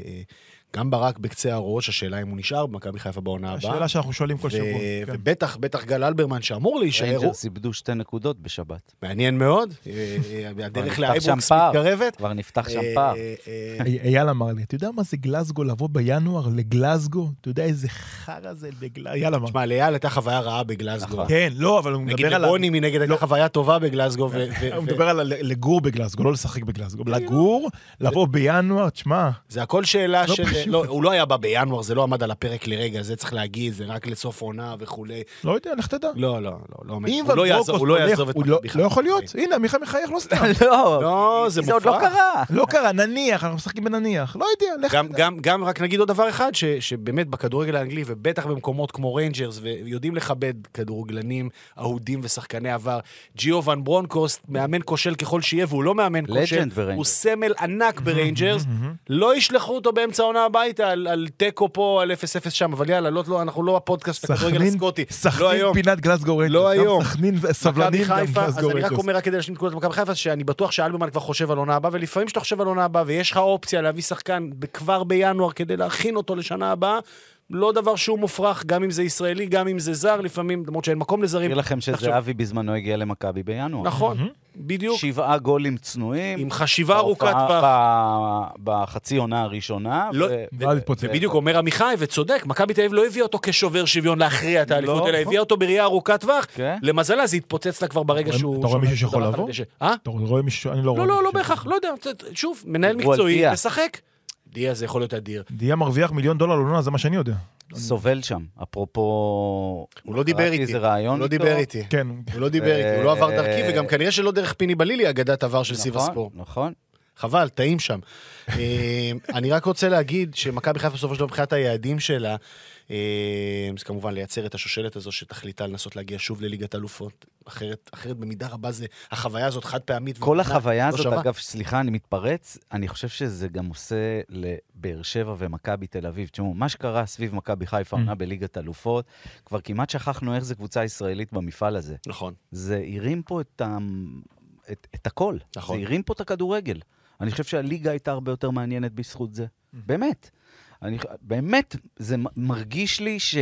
גם ברק בקצה הראש, השאלה אם הוא נשאר במכבי חיפה בעונה הבאה. השאלה שאנחנו שואלים כל שבוע. ובטח, בטח גל אלברמן שאמור להישאר. ריינג'רס איבדו שתי נקודות בשבת. מעניין מאוד. הדרך לאייבוקס מתקרבת. כבר נפתח שם פער. אייל אמר לי, אתה יודע מה זה גלסגו לבוא בינואר לגלסגו? אתה יודע איזה חרא זה בגלסגו? אייל אמר. תשמע, לאייל הייתה חוויה רעה בגלסגו. כן, לא, אבל הוא מדבר על... נגיד לבוני מנגד הייתה חוויה טובה בגלסגו. הוא מדבר על לגור בגלסגו, לא לשחק בגלסגו. לגור, לבוא בינואר, תשמע. זה הכל שאלה של... לא, הוא לא היה בא בינואר, זה לא עמד על הפרק לרגע, זה צריך להגיד, זה רק לסוף עונה וכולי. לא יודע, לך תדע. לא, לא, לא, הוא לא יעזוב, הוא לא יעזוב את מכבי חיפה. לא יכול להיות, הנה, מיכה מחייך לא סתם. לא, זה עוד לא קרה. לא קרה, נניח, אנחנו משחקים בנניח, לא יודע, לך תדע. גם רק נגיד עוד דבר אחד, שבאמת בכדורגל האנגלי, ובטח במקומות כמו ריינג'רס, ויודעים לכבד כדורגלנים אהודים ושחקני עבר, ג'יו ון ברונקוסט, מאמן כושל ככל שיהיה, והוא לא מאמן כושל, הוא סמל ענק בריינג'רס, לא ישלחו אותו באמצע העונה הביתה על טקו פה, על אפס אפס שם, אבל יאללה, אנחנו לא הפודקאסט הכדורגל הסקוטי. סכנין פינת גלסגו ריינג'רס. לא היום. סכנין סבלנים גם גלסגו ריינג'רס. אז אני רק אומר רק כדי להשלים נקודת מכבי חיפה, שאני בטוח שאלברמן כבר חושב על עונה הבאה, ולפעמים שאתה חושב על עונה הבאה, ויש לך אופציה להביא שחקן כבר בינואר כדי להכין אותו לשנה הבאה, לא דבר שהוא מופרך, גם אם זה ישראלי, גם אם זה זר, לפעמים, למרות שאין מקום לזרים. תראה לכם שזה אבי בזמנו הגיע למכבי בינואר. נכון, בדיוק. שבעה גולים צנועים. עם חשיבה ארוכת טווח. בחצי עונה הראשונה. ובדיוק אומר עמיחי, וצודק, מכבי תל אביב לא הביאה אותו כשובר שוויון להכריע את האליפות, אלא הביאה אותו בראייה ארוכת טווח. למזלה, זה התפוצץ לה כבר ברגע שהוא... אתה רואה מישהו שיכול לבוא? אתה רואה מישהו... אני לא רואה. לא, לא, לא בהכרח, לא יודע. שוב, מנהל מקצועי, לשחק. דיה זה יכול להיות אדיר. דיה מרוויח מיליון דולר לעונה, זה מה שאני יודע. סובל שם, אפרופו... הוא לא דיבר איתי. הוא לא דיבר איתי. כן. הוא לא דיבר איתי, הוא לא עבר דרכי, וגם כנראה שלא דרך פיני בלילי, אגדת עבר של סיב הספורט. נכון. חבל, טעים שם. אני רק רוצה להגיד שמכבי חיפה בסופו של דבר מבחינת היעדים שלה, זה כמובן לייצר את השושלת הזו שתכליתה לנסות להגיע שוב לליגת אלופות, אחרת, אחרת במידה רבה זה, החוויה הזאת חד פעמית. כל החוויה הזאת, אגב, סליחה, אני מתפרץ, אני חושב שזה גם עושה לבאר שבע ומכבי תל אביב. תשמעו, מה שקרה סביב מכבי חיפה עונה בליגת אלופות, כבר כמעט שכחנו איך זה קבוצה ישראלית במפעל הזה. נכון. זה הרים פה את, ה... את, את הכל. נכון. זה הרים פה את הכדורגל. אני חושב שהליגה הייתה הרבה יותר מעניינת בזכות זה. באמת. אני, באמת, זה מרגיש לי ש,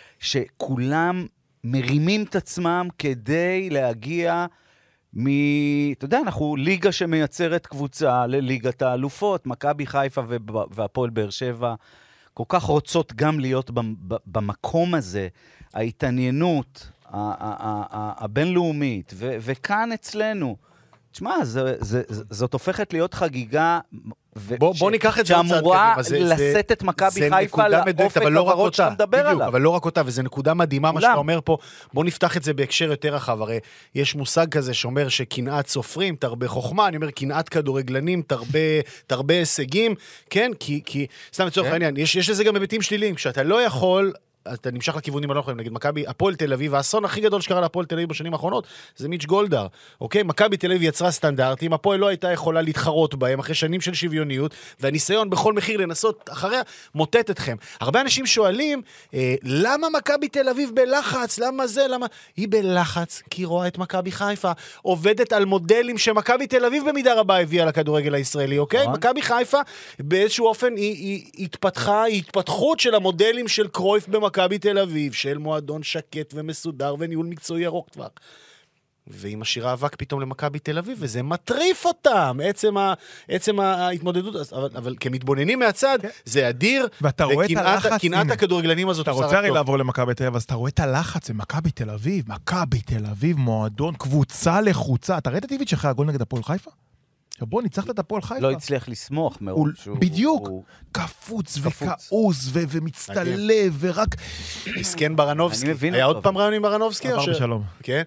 שכולם מרימים את עצמם כדי להגיע מ... אתה יודע, אנחנו ליגה שמייצרת קבוצה לליגת האלופות, מכבי חיפה והפועל באר שבע, כל כך רוצות גם להיות במקום הזה, ההתעניינות הבינלאומית, ו- וכאן אצלנו, תשמע, זאת הופכת להיות חגיגה... בוא, בוא ניקח את זה שאמורה לשאת את מכבי חיפה לאופק הוורוד שאתה מדבר עליו. אבל לא רק אותה, וזו נקודה מדהימה מה שאתה אומר פה. בוא נפתח את זה בהקשר יותר רחב. הרי יש מושג כזה שאומר שקנאת סופרים, תרבה חוכמה, אני אומר קנאת כדורגלנים, תרבה, תרבה הישגים, כן? כי, כי, סתם לצורך העניין, יש, יש לזה גם היבטים שליליים. כשאתה לא יכול... אתה נמשך לכיוונים הלא יכולים, נגיד מכבי, הפועל תל אביב, האסון הכי גדול שקרה להפועל תל אביב בשנים האחרונות, זה מיץ' גולדהר, אוקיי? מכבי תל אביב יצרה סטנדרטים, הפועל לא הייתה יכולה להתחרות בהם, אחרי שנים של שוויוניות, והניסיון בכל מחיר לנסות אחריה, מוטט אתכם. הרבה אנשים שואלים, אה, למה מכבי תל אביב בלחץ? למה זה? למה? היא בלחץ, כי רואה את מכבי חיפה, עובדת על מודלים שמכבי תל אביב במידה רבה הביאה לכדורגל הישראלי, אוקיי? מכבי חיפה, באיזשהו אופן, היא, היא התפתחה, היא התפתחות של המודלים של קרויף במכבי מכבי תל אביב, של מועדון שקט ומסודר וניהול מקצועי ארוך טווח. והיא משאירה אבק פתאום למכבי תל אביב, וזה מטריף אותם, עצם, ה, עצם ההתמודדות, אבל, אבל כמתבוננים מהצד, זה אדיר, ואתה רואה את הלחץ, קנאת הכדורגלנים הזאת. אתה רוצה הרי לעבור למכבי תל אביב, אז אתה רואה את הלחץ, זה מכבי תל אביב, מכבי תל אביב, מועדון, קבוצה לחוצה, אתה ראית איביץ' אחרי הגול נגד הפועל חיפה? בוא, ניצחת את הפועל חיפה. לא הצליח לסמוך מאוד. בדיוק, קפוץ וכעוס ומצטלב ורק... מסכן ברנובסקי. היה עוד פעם רעיון עם ברנובסקי? עבר בשלום. כן.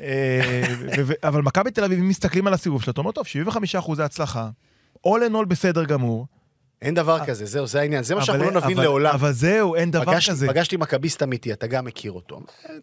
אבל מכבי תל אביב, אם מסתכלים על הסיבוב שלה, אתה אומר, טוב, שבעים וחמישה אחוז הצלחה, all in all בסדר גמור. אין דבר כזה, זהו, זה העניין. זה מה שאנחנו לא נבין לעולם. אבל זהו, אין דבר כזה. פגשתי מכביסט אמיתי, אתה גם מכיר אותו.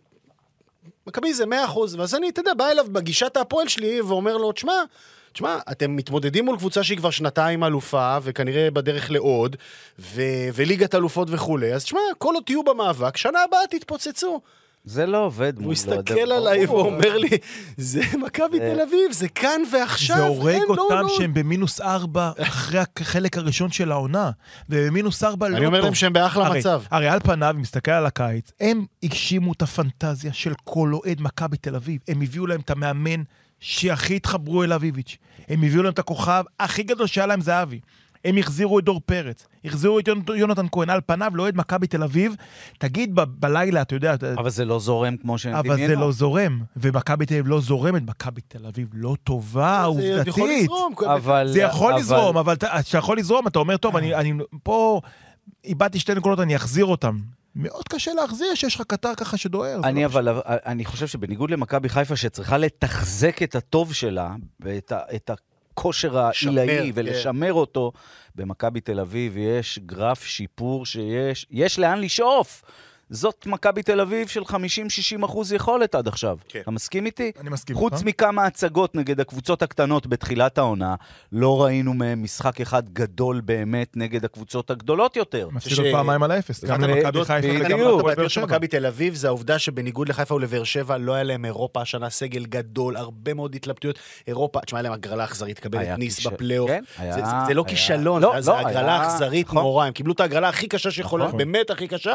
מכבי זה מאה אחוז, ואז אני, אתה יודע, בא אליו בגישת הפועל שלי ואומר לו, תשמע, תשמע, אתם מתמודדים מול קבוצה שהיא כבר שנתיים אלופה, וכנראה בדרך לעוד, ו- וליגת אלופות וכו'. אז תשמע, כל עוד תהיו במאבק, שנה הבאה תתפוצצו. זה לא עובד. הוא הסתכל עליי ואומר לי, זה מכבי תל אביב, זה כאן ועכשיו. זה הורג אותם שהם במינוס ארבע אחרי החלק הראשון של העונה, ובמינוס ארבע לא טוב. אני אומר להם שהם באחלה מצב. הרי על פניו, אם מסתכל על הקיץ, הם הגשימו את הפנטזיה של כל אוהד מכבי תל אביב. הם הביאו להם את המאמן שהכי התחברו אל אביביץ'. הם הביאו להם את הכוכב הכי גדול שהיה להם זה אבי. הם החזירו את דור פרץ, החזירו את יונתן כהן, על פניו, לא עד מכבי תל אביב, תגיד ב- בלילה, אתה יודע... אבל זה לא זורם כמו שהם דמיינו. אבל זה לא זורם, ומכבי תל אביב לא זורמת, מכבי תל אביב לא טובה, עובדתית. זה יכול לזרום. אבל, זה יכול אבל... לזרום, אבל אתה יכול לזרום, אתה אומר, טוב, אני, אני פה איבדתי שתי נקודות, אני אחזיר אותם. מאוד קשה להחזיר שיש לך קטר ככה שדואר. אני אבל, אני חושב שבניגוד למכבי חיפה שצריכה לתחזק את הטוב שלה, ואת ה... את ה כושר העילאי ולשמר אותו, במכבי תל אביב יש גרף שיפור שיש, יש לאן לשאוף. זאת מכבי תל אביב של חמישים שישים אחוז יכולת עד עכשיו. כן. אתה מסכים איתי? אני מסכים. חוץ אה? מכמה הצגות נגד הקבוצות הקטנות בתחילת העונה, לא ראינו מהם משחק אחד גדול באמת נגד הקבוצות הגדולות יותר. מפסידות ש... פעמיים על האפס. גם למכבי חיפה וגם למכבי שבע. מכבי תל אביב זה העובדה שבניגוד לחיפה ולבאר שבע לא היה להם אירופה, השנה סגל גדול, הרבה מאוד התלבטויות. אירופה, תשמע, להם הגרלה אכזרית, קבל את ניס בפלייאוף. זה לא כישלון, זה הגרלה אכזרית נורא. הם קיבלו את הגרלה הכי קשה שיכולה, באמת הכי קשה.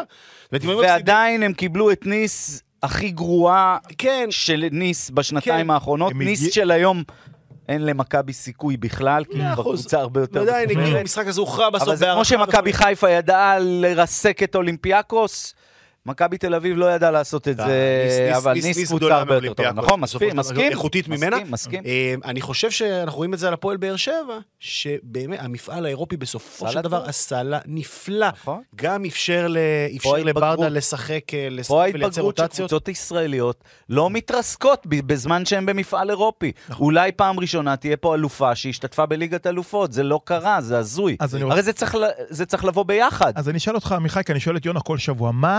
ועדיין הם קיבלו את ניס הכי גרועה כן. של ניס בשנתיים כן. האחרונות. ניס מגיע... של היום אין למכבי סיכוי בכלל, כי היא בקבוצה הרבה יותר... עדיין, נגיד, המשחק הזה הוכרע בסוף. אבל זה כמו שמכבי חיפה ידעה לרסק את אולימפיאקוס, מכבי תל אביב לא ידעה לעשות את זה, אבל ניס קבוצה הרבה יותר טוב. נכון, מסכים, מסכים. איכותית ממנה. מסכים. אני חושב שאנחנו רואים את זה על הפועל באר שבע, שבאמת המפעל האירופי בסופו של דבר עשה לה נפלא. גם אפשר לברדה לשחק, פה ההתבגרות של קבוצות ישראליות לא מתרסקות בזמן שהן במפעל אירופי. אולי פעם ראשונה תהיה פה אלופה שהשתתפה בליגת אלופות, זה לא קרה, זה הזוי. הרי זה צריך לבוא ביחד. אז אני אשאל אותך, עמיחי, כי אני שואל את יונה כל שבוע, מה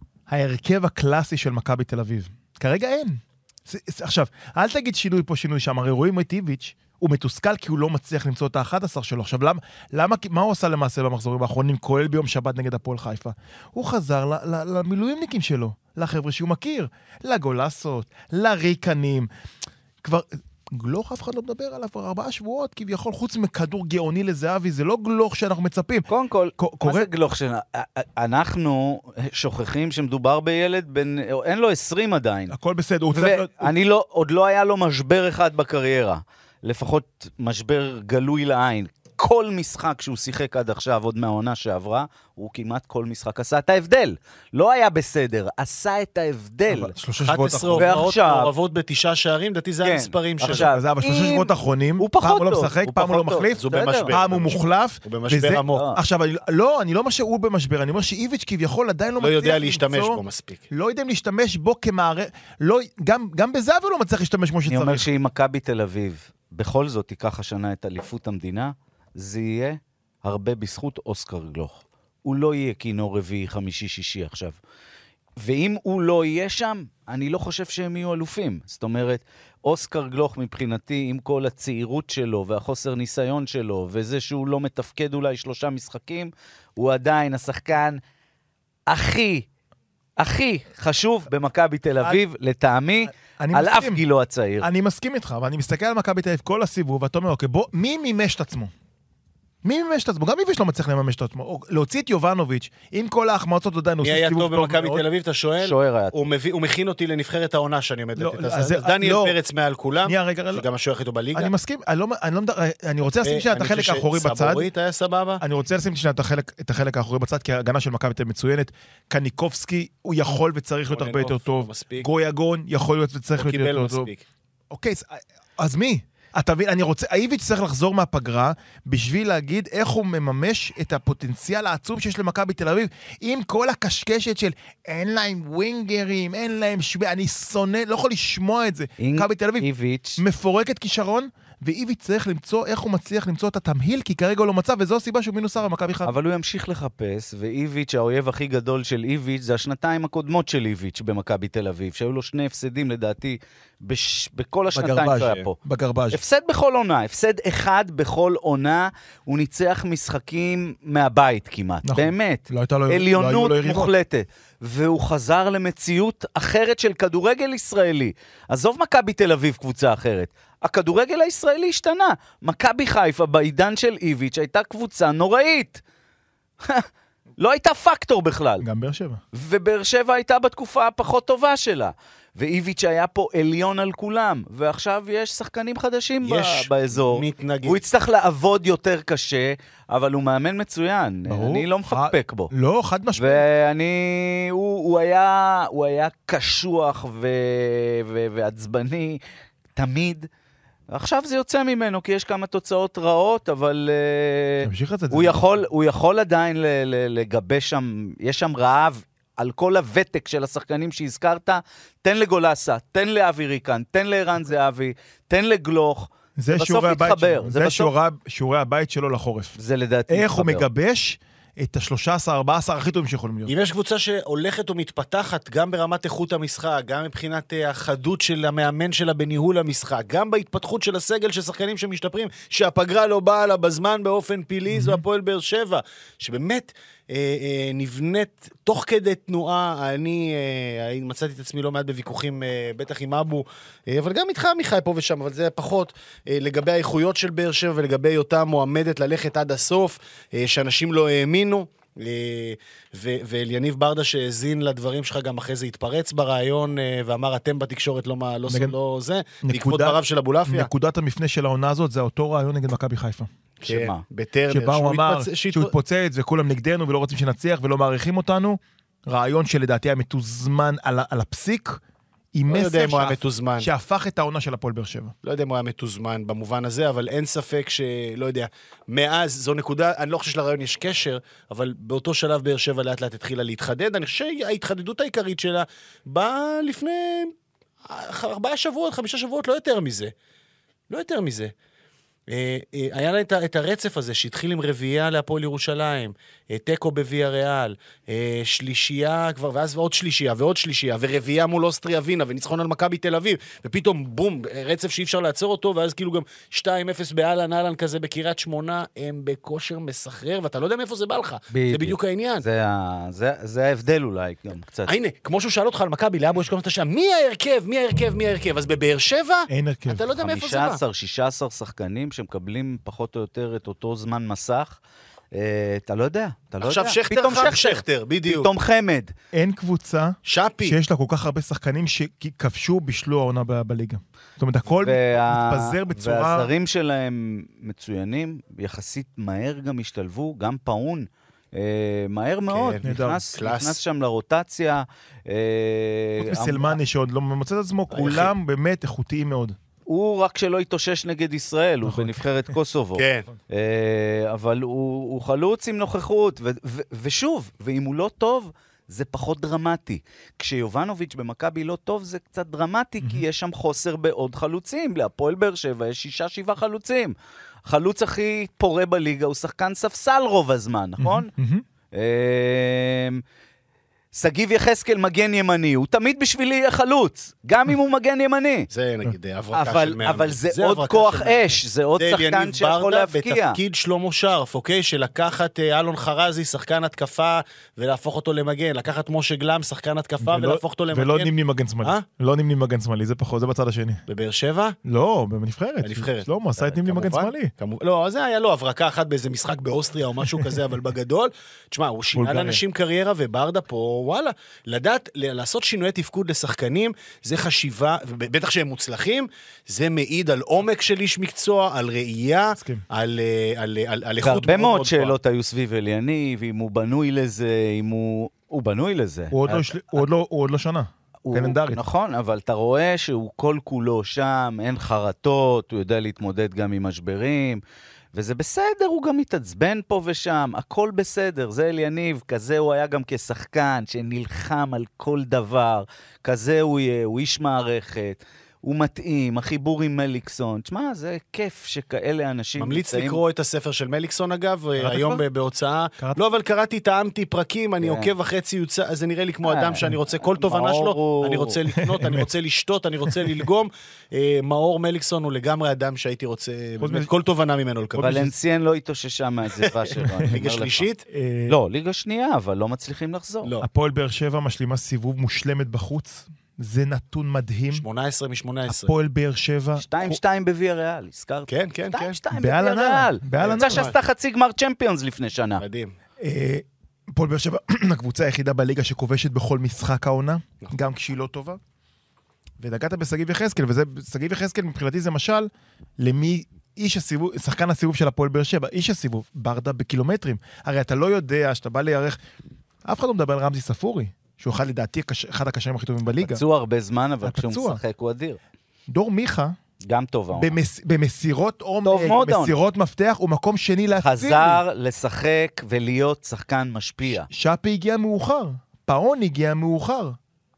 ההרכב הקלאסי של מכבי תל אביב? כרגע אין. עכשיו, אל תגיד שינוי פה, שינוי שם. הרי רואים את איביץ', הוא מתוסכל כי הוא לא מצליח למצוא את ה-אחד עשר שלו. עכשיו, למה, למה, מה הוא עשה למעשה במחזורים האחרונים, כולל ביום שבת נגד הפועל חיפה? הוא חזר ל, ל, למילואימניקים שלו, לחבר'ה שהוא מכיר, לגולסות, לריקנים. כבר... גלוך אף אחד לא מדבר עליו כבר ארבעה שבועות, כביכול חוץ מכדור גאוני לזהבי, זה לא גלוך שאנחנו מצפים. קודם כל, מה זה גלוך שלנו? אנחנו שוכחים שמדובר בילד בין, אין לו עשרים עדיין. הכל בסדר. ואני לא, עוד לא היה לו משבר אחד בקריירה. לפחות משבר גלוי לעין. כל משחק שהוא שיחק עד עכשיו, עוד מהעונה שעברה, הוא כמעט כל משחק עשה את ההבדל. לא היה בסדר, עשה את ההבדל. שלושה שבועות אחת עשרה הופעות מעורבות בתשעה שערים, דעתי זה המספרים שלו. אז אבל שלושה שבועות אחרונים, פעם הוא לא משחק, פעם הוא לא מחליף, פעם הוא מוחלף. הוא במשבר עמוק. עכשיו, לא, אני לא אומר שהוא במשבר, אני אומר שאיביץ' כביכול עדיין לא מצליח לא יודע להשתמש בו מספיק. לא יודע להשתמש בו כמערכת, גם בזה אבל לא מצליח להשתמש כמו שצריך. אני אומר שאם מכבי תל אביב בכל זאת תיקח השנה את אליפות המדינה, זה יהיה הרבה בזכות אוסקר גלוך. הוא לא יהיה כינור רביעי, חמישי, שישי עכשיו. ואם הוא לא יהיה שם, אני לא חושב שהם יהיו אלופים. זאת אומרת, אוסקר גלוך מבחינתי, עם כל הצעירות שלו והחוסר ניסיון שלו, וזה שהוא לא מתפקד אולי שלושה משחקים, הוא עדיין השחקן הכי, הכי חשוב במכבי תל אביב, לטעמי, על אף גילו הצעיר. אני מסכים איתך, אבל אני מסתכל על מכבי תל אביב כל הסיבוב, ואתה אומר, אוקיי, בוא, מי מימש את עצמו? מי מימש את עצמו? גם איביץ' לא מצליח לממש את עצמו. להוציא את יובנוביץ', עם כל ההחמצות עדיין עושים סיבוב טוב מאוד. מי היה טוב במכבי תל אביב, אתה שואל? שוער היה. הוא מכין אותי לנבחרת העונה שאני עומד לתת. אז דניאל פרץ מעל כולם, שגם השוער איתו בליגה. אני מסכים, אני רוצה לשים שנייה את החלק האחורי בצד. סבורית היה סבבה. אני רוצה לשים שנייה את החלק האחורי בצד, כי ההגנה של מכבי תל אביב מצוינת. קניקובסקי, הוא יכול וצריך להיות הרבה יותר טוב. גויגון יכול להיות וצריך להיות יותר טוב. אוקיי, אז מי? אתה מבין, אני רוצה, האיביץ' צריך לחזור מהפגרה בשביל להגיד איך הוא מממש את הפוטנציאל העצום שיש למכבי תל אביב, עם כל הקשקשת של אין להם ווינגרים, אין להם שווה, אני שונא, לא יכול לשמוע את זה. מכבי תל אביב מפורקת כישרון, ואיביץ' צריך למצוא איך הוא מצליח למצוא את התמהיל, כי כרגע הוא לא מצא, וזו הסיבה שהוא מינוס ארבע במכבי חיפה. אבל הוא ימשיך לחפש, ואיביץ', האויב הכי גדול של איביץ', זה השנתיים הקודמות של איביץ' במכבי תל אביב, שהיו לו שני הפסדים לדעתי, בש... בכל השנתיים שהיה פה. בגרבז'. הפסד בכל עונה, הפסד אחד בכל עונה, הוא ניצח משחקים מהבית כמעט, נכון. באמת. לא הייתה לו, עליונות לא היו לו מוחלטת. והוא חזר למציאות אחרת של כדורגל ישראלי. עזוב מכבי תל אביב קבוצה אחרת. הכדורגל הישראלי השתנה. מכבי חיפה בעידן של איביץ' הייתה קבוצה נוראית. לא הייתה פקטור בכלל. גם באר שבע. ובאר שבע הייתה בתקופה הפחות טובה שלה. ואיביץ' היה פה עליון על כולם. ועכשיו יש שחקנים חדשים יש באזור. מתנגד. הוא יצטרך לעבוד יותר קשה, אבל הוא מאמן מצוין. ברור. אני לא מפקפק בו. לא, חד משמעית. ואני, הוא, הוא היה, הוא היה קשוח ו, ו, ועצבני תמיד. עכשיו זה יוצא ממנו, כי יש כמה תוצאות רעות, אבל הוא יכול, הוא יכול עדיין לגבש שם, יש שם רעב על כל הוותק של השחקנים שהזכרת, תן לגולסה, תן לאבי ריקן, תן לערן זהבי, תן לגלוך, זה שיעורי הבית שלו, זה שיעורי הבית שלו לחורף. זה לדעתי איך הוא מגבש את ה-שלושה עשר ארבעה עשר הכי טובים שיכולים להיות. אם יש קבוצה שהולכת ומתפתחת גם ברמת איכות המשחק, גם מבחינת החדות של המאמן שלה בניהול המשחק, גם בהתפתחות של הסגל של שחקנים שמשתפרים, שהפגרה לא באה לה בזמן באופן פילי, זו הפועל באר שבע, שבאמת אה, אה, נבנית תוך כדי תנועה. אני אה, מצאתי את עצמי לא מעט בוויכוחים, אה, בטח עם אבו, אה, אבל גם איתך מיכאי פה ושם, אבל זה פחות אה, לגבי האיכויות של באר שבע ולגבי אותה מועמדת ללכת עד הסוף, אה, שאנשים לא האמינו. ואליניב ברדה שהזין לדברים שלך גם אחרי זה התפרץ ברעיון ואמר אתם בתקשורת לא זה, בעקבות דבריו של אבולעפיה. נקודת המפנה של העונה הזאת זה אותו רעיון נגד מכבי חיפה. שמה? בטרנר. שבה הוא אמר שהוא התפוצץ וכולם נגדנו ולא רוצים שנצליח ולא מעריכים אותנו. רעיון שלדעתי היה מתוזמן על הפסיק. עם מסר שהפך את העונה של הפועל באר שבע. לא יודע אם הוא היה מתוזמן במובן הזה, אבל אין ספק שלא יודע, מאז זו נקודה, אני לא חושב שלרעיון יש קשר, אבל באותו שלב באר שבע לאט לאט התחילה להתחדד. אני חושב שההתחדדות העיקרית שלה באה לפני ארבעה שבועות, חמישה שבועות, לא יותר מזה. לא יותר מזה. היה לה את הרצף הזה שהתחיל עם רביעייה להפועל ירושלים, טקו בוויה ריאל, שלישייה כבר, ואז עוד שלישייה ועוד שלישייה, ורביעייה מול אוסטריה וינה, וניצחון על מכבי תל אביב, ופתאום בום, רצף שאי אפשר לעצור אותו, ואז כאילו גם שתיים אפס באלן, אלן כזה בקירת שמונה, הם בכושר מסחרר, ואתה לא יודע מאיפה זה בא לך, זה בדיוק העניין. זה ההבדל אולי גם קצת. הנה, כמו שהוא שאל אותך על מכבי, לאבו יש כל הזמן, מי ההרכב, מי ההרכב, מי ההרכב, אז בבאר שבע, אתה לא יודע מאיפה זה בא. חמישה עשר שישה עשר שחקנים שמקבלים פחות או יותר את אותו זמן מסך, אתה לא יודע, אתה לא יודע. עכשיו שכטר חם שכטר, בדיוק. פתאום חמד. אין קבוצה שפי. שיש לה כל כך הרבה שחקנים שכבשו בשלו העונה בליגה. זאת אומרת, הכל מתפזר בצורה... והזרים שלהם מצוינים, יחסית מהר גם השתלבו, גם פאון. מהר מאוד, נכנס שם לרוטציה. חוץ מסלמני שעוד לא מוצא את עצמו, כולם באמת איכותיים מאוד. הוא רק שלא יתושש נגד ישראל, הוא בנבחרת קוסובו. כן. אבל הוא חלוץ עם נוכחות, ושוב, ואם הוא לא טוב, זה פחות דרמטי. כשיובנוביץ' במכבי לא טוב, זה קצת דרמטי, כי יש שם חוסר בעוד חלוצים. להפועל באר שבע יש שישה, שבעה חלוצים. חלוץ הכי פורה בליגה הוא שחקן ספסל רוב הזמן, נכון? סגיב יחזקאל מגן ימני, הוא תמיד בשבילי יהיה חלוץ, גם אם הוא מגן ימני. זה נגיד הברקה של מאמן. אבל זה עוד כוח אש, זה עוד שחקן שיכול להפקיע. בתפקיד שלמה שרף, אוקיי? שלקחת אלון חרזי, שחקן התקפה, ולהפוך אותו למגן. לקחת משה גלם, שחקן התקפה, ולהפוך אותו למגן. ולא נמני מגן שמאלי. לא נמני מגן שמאלי, זה פחות, זה בצד השני. בבאר שבע? לא, בנבחרת. בנבחרת. שלמה עשה את נמני מגן שמאלי. לא, זה היה לו הברקה אחת באיזה משחק באוסטריה או משהו כזה, אבל בגדול, תשמע, הוא שינה לאנשים קריירה, וברדה פה וואלה, לדעת, לעשות שינויי תפקוד לשחקנים, זה חשיבה, ובטח שהם מוצלחים, זה מעיד על עומק של איש מקצוע, על ראייה, על, על, על, על איכות מאוד מאוד גבוהה. והרבה מאוד שאלות היו סביב אליניב, אם הוא בנוי לזה, אם הוא... הוא בנוי לזה. הוא עוד, לא, הוא עוד, לא, הוא עוד לא שנה. קלנדרית. נכון, אבל אתה רואה שהוא כל כולו שם, אין חרטות, הוא יודע להתמודד גם עם משברים, וזה בסדר, הוא גם מתעצבן פה ושם, הכל בסדר, זה אליניב, כזה הוא היה גם כשחקן, שנלחם על כל דבר, כזה הוא יהיה, הוא איש מערכת, הוא מתאים, החיבור עם מליקסון, תשמע, זה כיף שכאלה אנשים... ממליץ לקרוא את הספר של מליקסון אגב, היום בהוצאה, לא, אבל קראתי, טעמתי פרקים, אני עוקב אחרי ציוצה, אז זה נראה לי כמו אדם שאני רוצה, כל תובנה שלו, אני רוצה לקנות, אני רוצה לשתות, אני רוצה ללגום, מאור מליקסון הוא לגמרי אדם שהייתי רוצה, כל תובנה ממנו לקבל. ולנסיין לא התאוששה מהזיבה שלו. ליגה שלישית? לא, ליגה שנייה, אבל לא מצליחים לחזור. הפועל באר שבע משלימה סיבוב מושלמת בחוץ. זה נתון מדהים. שמונה עשרה משמונה עשרה. הפועל באר שבע. שתיים שתיים בוויה ריאל, הזכרת. כן, כן, כן. שתיים שתיים בוויה ריאל. קבוצה שעשתה חצי גמר צ'מפיונס לפני שנה. מדהים. הפועל באר שבע, הקבוצה היחידה בליגה שכובשת בכל משחק העונה, גם כשהיא לא טובה. ודגעת בסגיב יחזקאל, וזה, סגיב יחזקאל מבחינתי זה משל, למי איש הסיבוב, שחקן הסיבוב של הפועל באר שבע, איש הסיבוב, ברדה בקילומטרים. הרי אתה לא יודע שאתה בא ליערך, אף אחד לא מדבר על רמזי ספורי. שהוא אחד לדעתי אחד הקשרים הכי טובים בליגה. פצוע הרבה זמן, אבל כשהוא משחק הוא אדיר. דור מיכה, גם טוב. במס, במסירות עומק, במסירות מפתח, הוא מקום שני להציל. חזר לשחק ולהיות שחקן משפיע. שפי הגיע מאוחר, פאון הגיע מאוחר.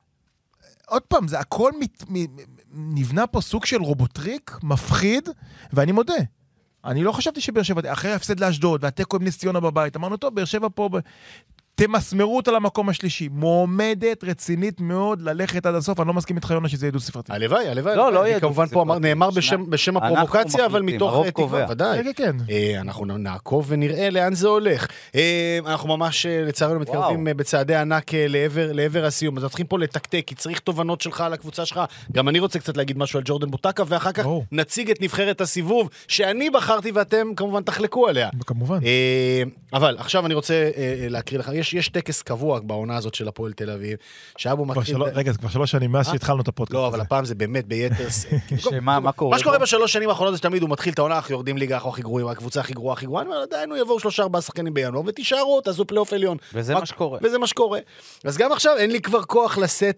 עוד פעם, זה הכל מת, נבנה פה סוג של רובוטריק, מפחיד, ואני מודה. אני לא חשבתי שבאר שבע, אחרי הפסד לאשדוד, והתיקו עם נס ציונה בבית, אמרנו, טוב, באר שבע פה... ב... תמסמרו אותה למקום השלישי. מועמדת רצינית מאוד ללכת עד הסוף. אני לא מסכים איתך יונה שזה ידעו ספרתי. הלוואי, הלוואי. לא, לא ידעו. כמובן פה נאמר בשם הפרובוקציה, אבל מתוך תקווה. ודאי. כן, כן. אנחנו נעקוב ונראה לאן זה הולך. אנחנו ממש לצערנו מתקרבים בצעדי ענק לעבר הסיום. אז צריכים פה לתקתק, כי צריך תובנות שלך על הקבוצה שלך. גם אני רוצה קצת להגיד משהו על ג'ורדן בוטקה, ואחר כך נציג את נבחרת הסיבוב שאני בחרתי ואתם כמובן תחלקו עליה. כמובן. אבל עכשיו אני רוצה להקריא לך. יש, יש טקס קבוע בעונה הזאת של הפועל תל אביב, שאבו מתחיל... רגע, זה כבר שלוש שנים מאז שהתחלנו את הפודקאסט. לא, אבל הפעם זה באמת ביתר... מה קורה? מה שקורה בשלוש שנים האחרונות זה שתמיד הוא מתחיל את העונה, אנחנו יורדים ליגה הכי גרועים, הקבוצה הכי גרועה, הכי גרועה, עדיין הוא יבואו שלושה ארבעה שחקנים בינואר, ותישארו, תעשו פלייאוף עליון. וזה מה שקורה. וזה מה שקורה. אז גם עכשיו אין לי כבר כוח לשאת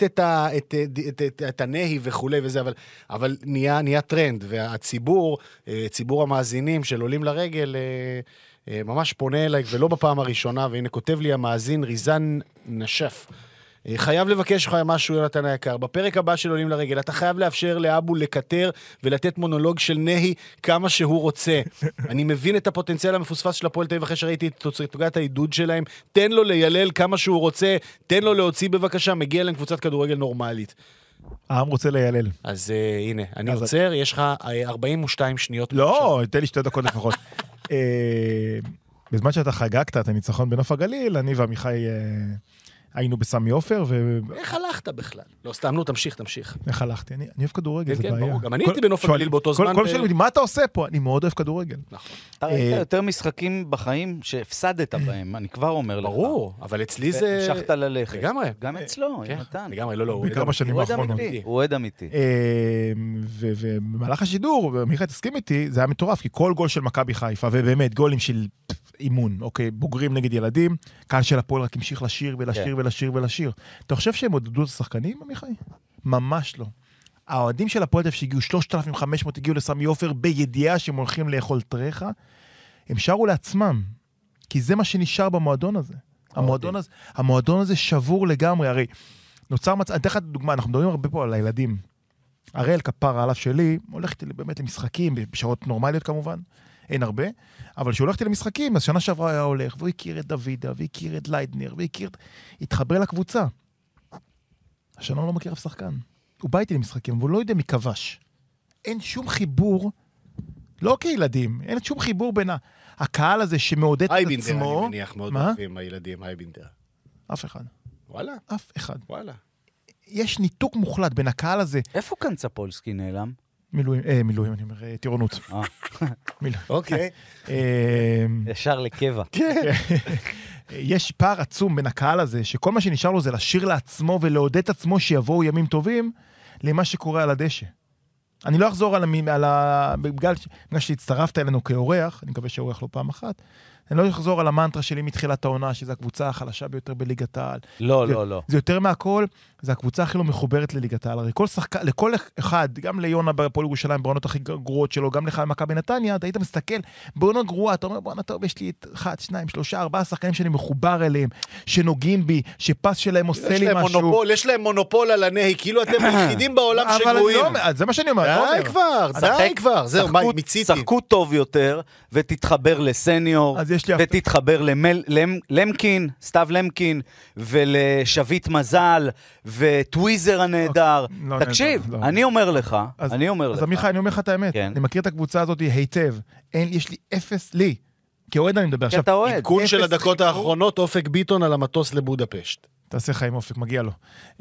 את הנהי וכולי וזה, אבל נהיה טרנד, והציבור, ציבור המאזינים של עולים לרגל, ממש פונה אליי, ולא בפעם הראשונה, והנה כותב לי המאזין ריזן נשף. חייב לבקש לך משהו, יונתן היקר. בפרק הבא של עולים לרגל, אתה חייב לאפשר לאבו לקטר ולתת מונולוג של נהי כמה שהוא רוצה. אני מבין את הפוטנציאל המפוספס של הפועל תל אביב אחרי שראיתי את תוצאת העידוד שלהם. תן לו לילל כמה שהוא רוצה, תן לו להוציא בבקשה, מגיע להם קבוצת כדורגל נורמלית. העם רוצה לילל. אז uh, הנה, אני עוצר, יש לך ארבעים ושתיים שניות. לא, תן לי שתי דקות לפחות. בזמן שאתה חגגת את הניצחון בנוף הגליל, אני ועמיחי היינו בסמי עופר, ו... איך הלכת בכלל? לא, סתם, נו, תמשיך, תמשיך. איך הלכתי? אני אוהב כדורגל, זה כן, בעיה. ברור, גם אני הייתי בנוף הגליל באותו זמן. כל שואלים אותי, מה אתה עושה פה? אני מאוד אוהב כדורגל. נכון. אתה ראית יותר משחקים בחיים שהפסדת בהם, אני כבר אומר לך. ברור, אבל אצלי זה... המשכת ללכת. לגמרי. גם אצלו, כן, נתן. לגמרי, לא, לא. בעיקר בשנים הוא אוהד האחרונות. אמיתי. הוא אוהד אמיתי. ובמהלך השידור, ומיכאל תסכים איתי, זה היה מטורף, כי כל גול של מכבי חיפה, ובאמת, גולים של אימון, אוקיי, בוגרים נגד ילדים, קהל של הפועל רק המשיך לשיר ולשיר ולשיר ולשיר. אתה חושב שהם עודדו את השחקנים, מיכאל? ממש לא. האוהדים של הפועל שהגיעו, שלושת אלפים וחמש מאות הגיעו לסמי עופר בידיעה שהם הולכים לאכול טרחה, הם שרו לעצמם, כי זה מה שנשאר במועדון הזה. המועדון הזה, המועדון הזה שבור לגמרי, הרי נוצר מצב, אני אתן לך דוגמה, אנחנו מדברים הרבה פה על הילדים. הראל כפר העלף שלי, הולכת באמת למשחקים, בשעות נורמליות כמובן, אין הרבה, אבל כשהוא הולכת למשחקים, אז שנה שעברה היה הולך, והוא הכיר את דוידה, והכיר את ליידנר, והכיר, התחבר לקבוצה. השנה הוא לא מכיר אף שחקן. הוא בא איתי למשחקים, והוא לא יודע מי כבש. אין שום חיבור, לא כילדים, אין שום חיבור בין הקהל הזה שמעודד את עצמו. הייבינדר, אני מניח, מאוד אוהבים הילדים, הייבינדר. אף אחד. וואלה. אף אחד. וואלה. יש ניתוק מוחלט בין הקהל הזה. איפה קנצפולסקי נעלם? מילואים, אה, מילואים, אני אומר, טירונות. אוקיי. ישר לקבע. יש פער עצום בין הקהל הזה, שכל מה שנשאר לו זה לשיר לעצמו ולעודד את עצמו שיבואו ימים טובים, למה שקורה על הדשא. אני לא אחזור על ה... בגלל שהצטרפת אלינו כאורח, אני מקווה שאורח לא פעם אחת, אני לא אחזור על המנטרה שלי מתחילת העונה, שזו הקבוצה החלשה ביותר בליגת העל. לא, לא, לא. זה יותר מהכל, זו הקבוצה הכי לא מחוברת לליגת העל. הרי כל שחק... לכל אחד, גם ליונה בפועל ירושלים, בעונות הכי גרועות שלו, גם לך במכבי נתניה, אתה היית מסתכל, בעונות גרועה, אתה אומר, בוא נטוב, יש לי את אחד, שניים, שלושה, ארבעה שחקנים שאני מחובר אליהם, שנוגעים בי, שפס שלהם עושה לי משהו. מונופול, יש להם מונופול על הנהי, כאילו אתם היחידים בעולם שגרועים. זה מה שאני אומר. די כבר, די כבר, זהו, מה, מיציתי. שחקו טוב יותר, ותתחבר לסניור, ותתחבר למקין, סתיו למקין, ולשבית מזל, וטוויזר הנהדר. תקשיב, אני אומר לך, אני אומר לך. אז עמיחי, אני אומר לך את האמת. אני מכיר את הקבוצה הזאת היטב. יש לי אפס, לי. כאוהד אני מדבר. כי אתה אוהד. עדכון של הדקות האחרונות, אופק ביטון על המטוס לבודפשט. תעשה חיים אופק, מגיע לו.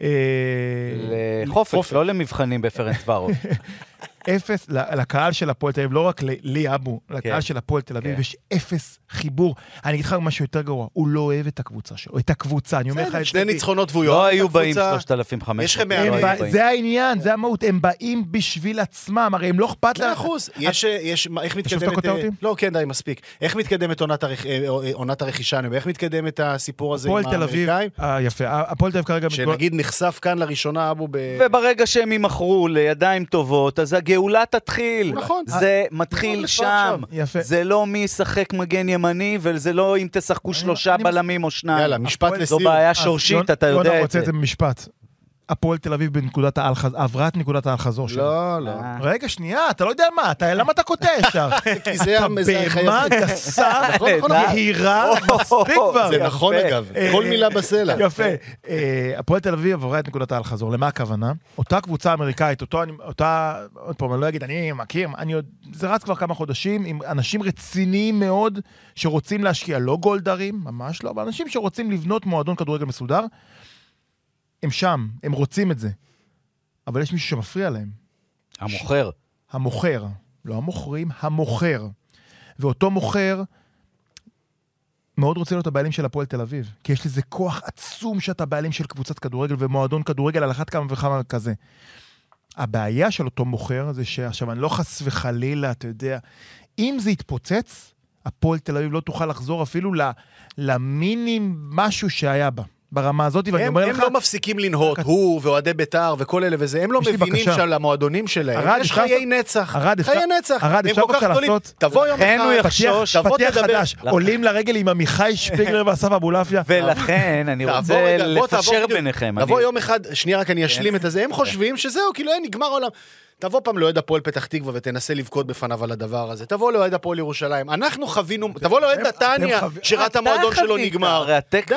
לחופק, לא למבחנים בפרנס ורו. אפס, לקהל של הפועל תל אביב, לא רק לי אבו, לקהל של הפועל תל אביב, יש אפס חיבור. אני אגיד לך משהו יותר גרוע, הוא לא אוהב את הקבוצה שלו, את הקבוצה, אני אומר לך... שני ניצחונות והוא לא היו באים שלושת אלפים וחמש מאות. זה העניין, זה המהות, הם באים בשביל עצמם, הרי הם לא אכפת להם. אחוז, יש, איך מתקדמת... לא, כן, די, מספיק. איך מתקדמת עונת הרכישה, איך מתקדמת הסיפור הזה עם האמריקאים? יפה, הפועל תל אביב כרגע... שנגיד נחשף כאן לראשונה אבו ב... וברגע שהם ימכרו לידיים טובות, אז הגאולה תתחיל. נכון. זה מתחיל שם. זה לא מי ישחק מגן ימני, וזה לא אם תשחקו שלושה בלמים או שניים. יאללה, משפט לסיום. זו בעיה שורשית, אתה יודע את זה. יונה רוצה את זה במשפט. הפועל תל אביב בנקודת האל-חזור, עברה את נקודת האל-חזור שלו. לא, לא. רגע, שנייה, אתה לא יודע מה, אתה, למה אתה קוטע ישר? כי זה בהמה גסה, מהירה, מספיק כבר. זה נכון אגב, כל מילה בסלע. יפה. הפועל תל אביב עברה את נקודת האל-חזור, למה הכוונה? אותה קבוצה אמריקאית, אותה, עוד פעם, אני לא אגיד, אני מכיר, זה רץ כבר כמה חודשים, עם אנשים רציניים מאוד, שרוצים להשקיע, לא גולדרים, ממש לא, אבל אנשים שרוצים לבנות מועדון כדורגל מסודר, הם שם, הם רוצים את זה. אבל יש מישהו שמפריע להם. המוכר. המוכר. לא המוכרים, המוכר. ואותו מוכר מאוד רוצה להיות הבעלים של הפועל תל אביב. כי יש לזה כוח עצום שאתה בעלים של קבוצת כדורגל ומועדון כדורגל על אחת כמה וכמה כזה. הבעיה של אותו מוכר זה שעכשיו אני לא חס וחלילה, אתה יודע, אם זה יתפוצץ, הפועל תל אביב לא תוכל לחזור אפילו למינים משהו שהיה בה. ברמה הזאת, ואני אומר לך... הם לא מפסיקים לנהות, הוא ואוהדי ביתר וכל אלה וזה, הם לא מבינים של המועדונים שלהם. יש חיי נצח, חיי נצח. ארד, אפשר בבקשה לעשות... תבוא יום אחד, פתיח חדש, עולים לרגל עם עמיחי שפיגלר ואסף אבולעפיה. ולכן אני רוצה לפשר ביניכם. תבוא יום אחד, שנייה רק אני אשלים את הזה, הם חושבים שזהו, כאילו אין, נגמר העולם. תבוא פעם לאוהד הפועל פתח תקווה ותנסה לבכות בפניו על הדבר הזה. תבוא לאוהד הפועל ירושלים. אנחנו חווינו, תבוא לאוהד נתניה, שראת המועדון שלו נגמר.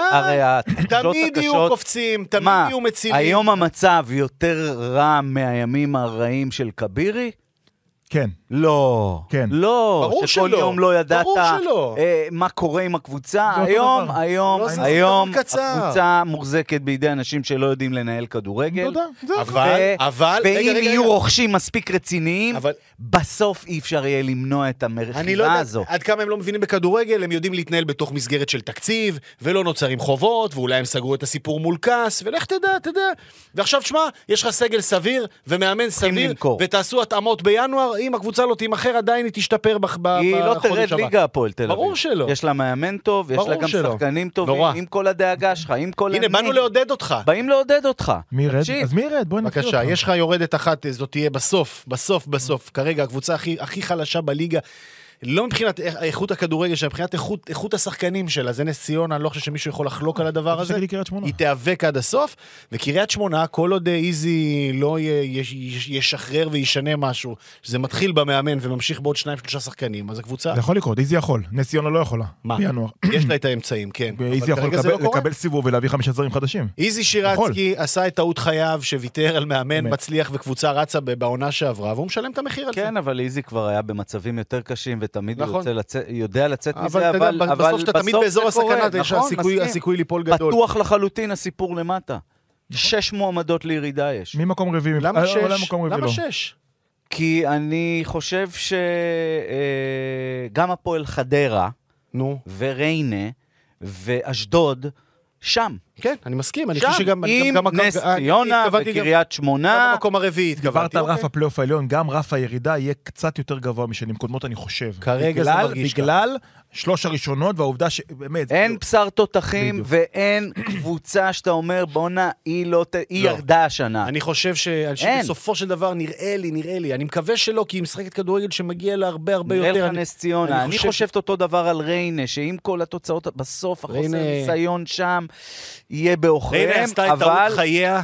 תמיד יהיו קופצים, תמיד יהיו מצילים. היום המצב יותר רע מהימים הרעים של קבירי? כן. לא, כן. לא, ברור שכל שלא. יום לא ידעת ברור שלא. אה, מה קורה עם הקבוצה. זה אותו היום, דבר. היום, לא, זה היום, זמן קצר. הקבוצה מוחזקת בידי אנשים שלא יודעים לנהל כדורגל. תודה, זה אבל, אבל, רגע, ואם רגע, יהיו רגע. רוכשים מספיק רציניים, אבל- בסוף אי אפשר יהיה למנוע את אני לא המרכיבה יודע הזו. עד כמה הם לא מבינים בכדורגל, הם יודעים להתנהל בתוך מסגרת של תקציב, ולא נוצרים חובות, ואולי הם סגרו את הסיפור מול כס, ולך תדע, תדע. ועכשיו תשמע, יש לך סגל סביר, ומאמן סביר, למכור. ותעשו התאמות בינואר, אם הקבוצה לא תימחר, עדיין היא תשתפר בח- ב- היא לא בחודש תרד הבא. ליגה הפועל תל אביב. ברור שלא. יש לה מאמן טוב, יש ברור לה גם שלא. שחקנים טובים, נורא. עם כל הדאגה שלך, עם כל... הנה, באנו הניב. לעודד אותך. באים לעודד אותך. מי ירד? תקשיב. אז מי ירד? בואי נתחיל אותך. בבקשה, יש לך יורדת אחת, זאת תהיה בסוף, בסוף, בסוף. כרגע הקבוצה הכי, הכי חלשה בליגה, לא מבחינת איכות הכדורגל שלה, מבחינת איכות, איכות השחקנים שלה, זה נס ציונה, אני לא חושב שמישהו יכול לחלוק על הדבר הזה. תגיד לי קריית שמונה. היא תיאבק עד הסוף, וקריית שמונה, כל עוד איזי לא י- יש- ישחרר וישנה משהו, שזה מתחיל במאמן וממשיך בעוד שניים, שלושה שחקנים, אז הקבוצה, זה יכול לקרות, איזי יכול, נס ציונה לא יכולה. מה? בינואר. יש לה את האמצעים, כן. ואיזי אבל יכול כרגע זה לא לקבל- קורה. לקבל סיבוב ולהביא חמישה זרים חדשים. איזי שירצקי עשה את טעות חייו, שוויתר על מאמן באמת. מצליח וקבוצה רצה בעונה שעברה, והוא משלם את המחיר על זה. כן, אבל איזי כבר היה במצבים יותר קשים, ותמיד הוא נכון. יוצא לצאת- יודע לצאת אבל מזה, אתה יודע, אבל בסוף אתה תמיד באזור זה קורה, הסכנה, יש נכון, הסיכוי- מסכים. הסיכוי ליפול גדול. פתוח לחלוטין הסיפור למטה. שש מועמדות לירידה יש. ממקום רביעי. למה אה, שש? אולי מקום רביעי למה לא. שש? כי אני חושב שגם הפועל חדרה, נו. וריינה, ואשדוד, שם. כן, אני מסכים. אני שם, חושב שגם... עם גם- גם- נס גם- ציונה התכוונתי גם- וקריית גם שמונה. במקום הרביעי דיברת התכוונתי. על אוקיי. רף הפלייאוף העליון, גם רף הירידה יהיה קצת יותר גבוה משנים קודמות, אני חושב. כרגע זה בגלל- מרגיש ככה. בגלל שלוש הראשונות והעובדה שבאמת... אין בשר תותחים, בדיוק. ואין קבוצה שאתה אומר, בונה, היא לא ת- היא לא. ירדה השנה. אני חושב ש- אין. שבסופו של דבר נראה לי, נראה לי. אני מקווה שלא, כי היא משחקת כדורגל שמגיע לה הרבה הרבה נראה יותר. לך אני- נס ציונה. אני אני חושב- חושבת אותו דבר על ריינה, שעם כל התוצאות, בסוף החוסר ריינה- ניסיון שם יהיה ריינה בעוכריהם, עשתה את טעות אבל... חייה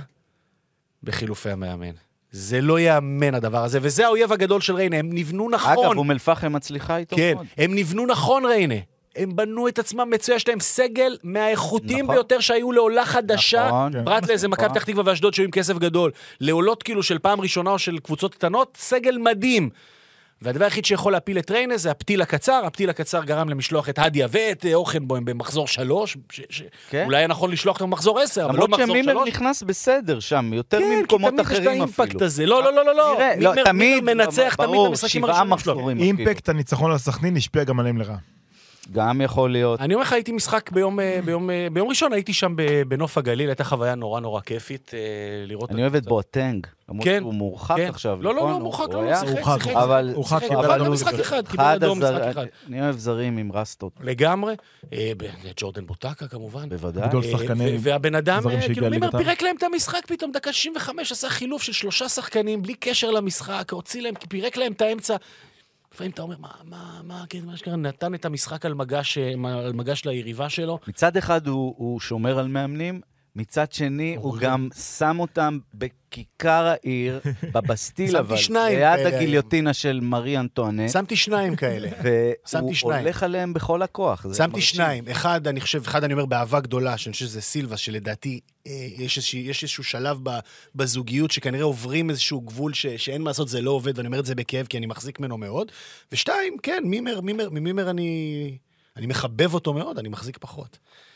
בחילופי המאמן. זה לא יאמן הדבר הזה, וזה האויב הגדול של ריינה. הם נבנו נכון. אגב, אום אל-פחם מצליחה איתו כן, מאוד. הם נבנו נכון ריינה. הם בנו את עצמם מצוין, יש להם סגל מהאיכותיים נכון. ביותר שהיו לעולה חדשה, נכון. פרט לאיזה מכבי פתח תקווה ואשדוד שהיו עם כסף גדול. לעולות כאילו של פעם ראשונה או של קבוצות קטנות, סגל מדהים. והדבר היחיד שיכול להפיל את ריינה זה הפתיל הקצר, הפתיל הקצר גרם למשלוח את הדיה ואת אוכנבוים במחזור שלוש, כן. שאולי היה נכון לשלוח אותם במחזור עשר, אבל לא למרות מחזור שמימר שלוש. נכנס בסדר שם, יותר כן, כי ממקומות תמיד יש את אחרים האימפקט אפילו. הזה. לא, לא, לא, לא, לא. נראה, לא, מימר- תמיד, מימר מנצח תמיד ברור, במשחקים שבעה הראשונים שלו. מחזורים אפילו. אימפקט הניצחון על הסכנין השפיע גם עליהם לרע. גם יכול להיות. אני אומר לך, הייתי משחק ביום, אה, ביום, אה, ביום ראשון, הייתי שם ב- בנוף הגליל, הייתה חוויה נורא נורא כיפית אה, לראות... אני אוהב את בואטנג, למרות כן, שהוא מורחק כן. עכשיו, לא, לא, נכון? לא, מורחק, הוא לא, לא, היה- שיחק, הורחק, שיחק. אבל- הורחק, שיחק, קיבל אבל אדום משחק לזה. אחד, קיבל אחד אדום משחק הזר- אחד. אני אוהב זרים עם רסטות, לגמרי, אה, ב- ג'ורדן בוטקה כמובן. בוודאי. גדול אה, שחקני ו- והבן אדם, זרים אה, שהגיע כאילו מימר לליגת העל. פירק להם את המשחק פתאום, דקה שישים וחמש, עשה חילוף של שלושה שחקנים, בלי קשר למשחק, הוציא להם, פירק להם את האמצע. לפעמים אתה אומר, מה, מה, מה, כן, מה שקרה, נתן את המשחק על מגש, אה, על מגש ליריבה שלו. מצד אחד הוא, הוא שומר על מאמנים, מצד שני הוא גם שם אותם בכיכר העיר, בבסטיל שמתי אבל, שניים ליד כאלה הגיליוטינה של מארי אנטואנט, שמתי שניים כאלה. שמתי והוא שניים. הולך עליהם בכל הכוח. זה שמתי מרשים. שניים, אחד אני חושב, אחד אני אומר באהבה גדולה, שאני חושב שזה סילבס, שלדעתי אה, יש, איזשה, יש איזשהו שלב ב, בזוגיות, שכנראה עוברים איזשהו גבול ש, שאין מה לעשות, זה לא עובד, ואני אומר את זה בכאב, כי אני מחזיק ממנו מאוד. ושתיים, כן, מימר, מימר, ממימר אני, אני מחבב אותו מאוד, אני מחזיק פחות.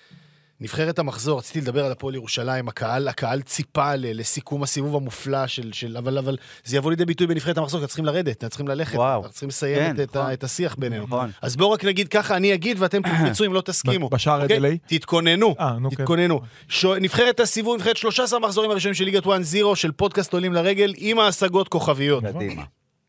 נבחרת המחזור, רציתי לדבר על הפועל ירושלים, הקהל, הקהל ציפה ל, לסיכום הסיבוב המופלא של, של אבל, אבל זה יבוא לידי ביטוי בנבחרת המחזור, כי צריכים לרדת, צריכים ללכת, וואו. צריכים לסיים כן, את, את, נכון. ה- את השיח בינינו. נכון. אז בואו רק נגיד ככה, אני אגיד ואתם תקפצו אם לא תסכימו. בשער אוקיי? אדלי? תתכוננו, אה, נו, כן. תתכוננו. שו- נבחרת הסיבוב, נבחרת שלושה עשר מחזורים הראשונים של ליגת וואן זירו, של פודקאסט עולים לרגל, עם ההשגות כוכביות. קדימה.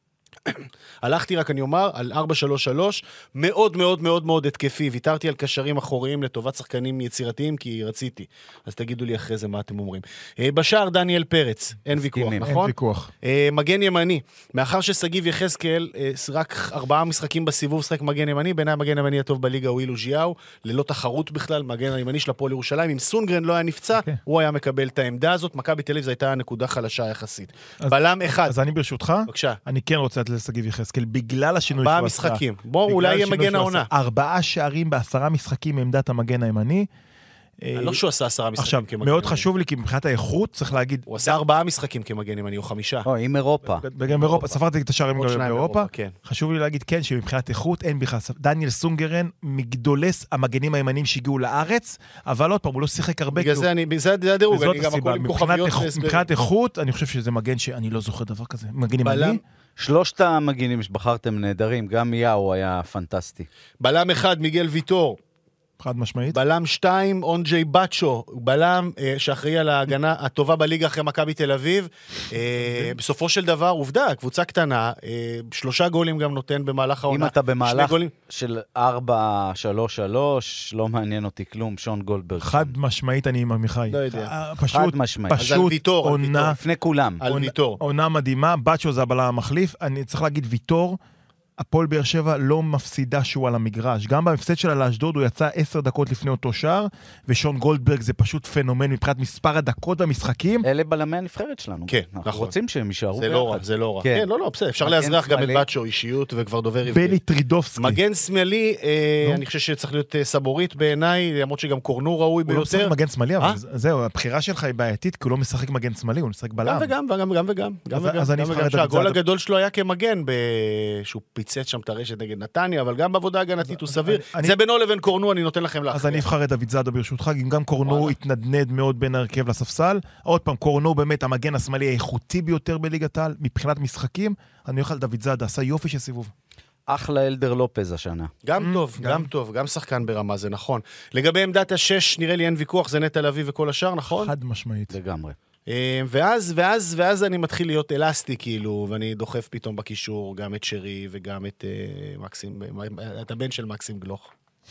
הלכתי רק אני אומר על ארבע שלוש שלוש, מאוד מאוד מאוד מאוד התקפי, ויתרתי על קשרים אחוריים לטובת שחקנים יצירתיים, כי רציתי. אז תגידו לי אחרי זה מה אתם אומרים. אה, בשער דניאל פרץ, אין ויכוח, מסכימים. אין נכון? ויכוח. אה, מגן ימני, מאחר שסגיב יחזקאל, אה, רק ארבעה משחקים בסיבוב שחק מגן ימני, בעיניי המגן הימני הטוב בליגה הוא אילו ז'יאו, ללא תחרות בכלל, מגן הימני של הפועל ירושלים, אם סונגרן לא היה נפצע, אוקיי. הוא היה מקבל את העמדה הזאת, מכבי תל אביב זו הייתה נקודה חלשה יחסית. אז- בלם אחד, אז אני ברשותך, בבקשה. אני כן רוצה לתת לשגיב יחזקאל, בגלל השינוי ארבעה שהוא עשה. משחקים. בואו, בגלל אולי יהיה השינוי מגן שהוא העונה. עשה. ארבעה שערים בעשרה משחקים מעמדת המגן הימני. אני לא שהוא עשה עשרה משחקים עכשיו, כמגן. מאוד חשוב לי, כי מבחינת האיכות, צריך להגיד... הוא עשה ארבעה משחקים כמגן, אם אני או חמישה. או, עם אירופה. וגם באירופה, ספרתי את השערים עוד שניים באירופה. באירופה, כן. חשוב לי להגיד, כן, שמבחינת איכות אין בכלל... דניאל סונגרן, מגדולי המגנים הימנים שהגיעו לארץ, אבל עוד פעם, הוא לא שיחק הרבה. בגלל זה אני, זה הדירוג, אני גם הכל עם כוכביות. מבחינת איכות, אני חושב שזה מגן שאני לא זוכר דבר כזה. מגן ימני. שלושת המגינים שבחרתם נהדרים, גם יאו היה פנטסטי. בלם אחד, מיגל ויטור. חד משמעית. בלם שתיים, אונג'י בצ'ו, בלם אה, שאחראי על ההגנה הטובה בליגה אחרי מכבי תל אביב. אה, בסופו של דבר, עובדה, קבוצה קטנה, אה, שלושה גולים גם נותן במהלך העונה. אם אתה במהלך של ארבע שלוש שלוש, לא מעניין אותי כלום, שון גולדברג. חד משמעית אני עם עמיחי. לא יודע. פשוט, משמעית. פשוט ויטור, עונה, לפני כולם. על ויטור. עונה מדהימה, בצ'ו זה הבלם המחליף. אני צריך להגיד ויטור, הפועל באר שבע לא מפסידה שהוא על המגרש. גם במפסד שלה לאשדוד הוא יצא עשר דקות לפני אותו שער, ושון גולדברג זה פשוט פנומן מבחינת מספר הדקות במשחקים. אלה בלמי הנבחרת שלנו. כן, אנחנו נכון. רוצים שהם יישארו זה לא רע, זה לא רע. כן. כן, לא, לא, בסדר, אפשר להזרח גם את בצ'ו, אישיות וכבר דובר עברית. בני טרידובסקי. מגן שמאלי, אני חושב שצריך להיות סבורית בעיניי, למרות שגם קורנו ראוי הוא לא משחק ביותר. מגן שמאלי, אבל זהו, הבחירה שלך היא בעייתית, כי הוא לא משחק מגן שמאלי, הוא משחק בלם. גם וגם, וגם וגם, גם וגם. אז אני אבחר את שהגול דוד זאדה. הגדול שלו היה כמגן, שהוא פיצץ שם את הרשת נגד נתניה, אבל גם בעבודה הגנתית הוא סביר. אני- זה בינו לבין קורנו, אני נותן לכם אז להכריע. אני אבחר את דוד זאדה ברשותך, אם גם קורנו התנדנד מאוד בין ההרכב לספסל. עוד פעם, קורנו באמת המגן השמאלי האיכותי ביותר בליגת העל, מבחינת משחקים, אני אוכל דוד זאדה, עשה יופי של סיבוב. אחלה אלדר לופז השנה. גם טוב, גם טוב, גם שחקן ברמה, זה נכון. לגבי עמדת השש, נראה לי אין ויכוח, זה נטע לביא וכל השאר, נכון? חד משמעית. לגמרי. אה, ואז, ואז, ואז אני מתחיל להיות אלסטי, כאילו, ואני דוחף פתאום בקישור גם את שרי וגם את אה, מקסים, את הבן של מקסים גלוך.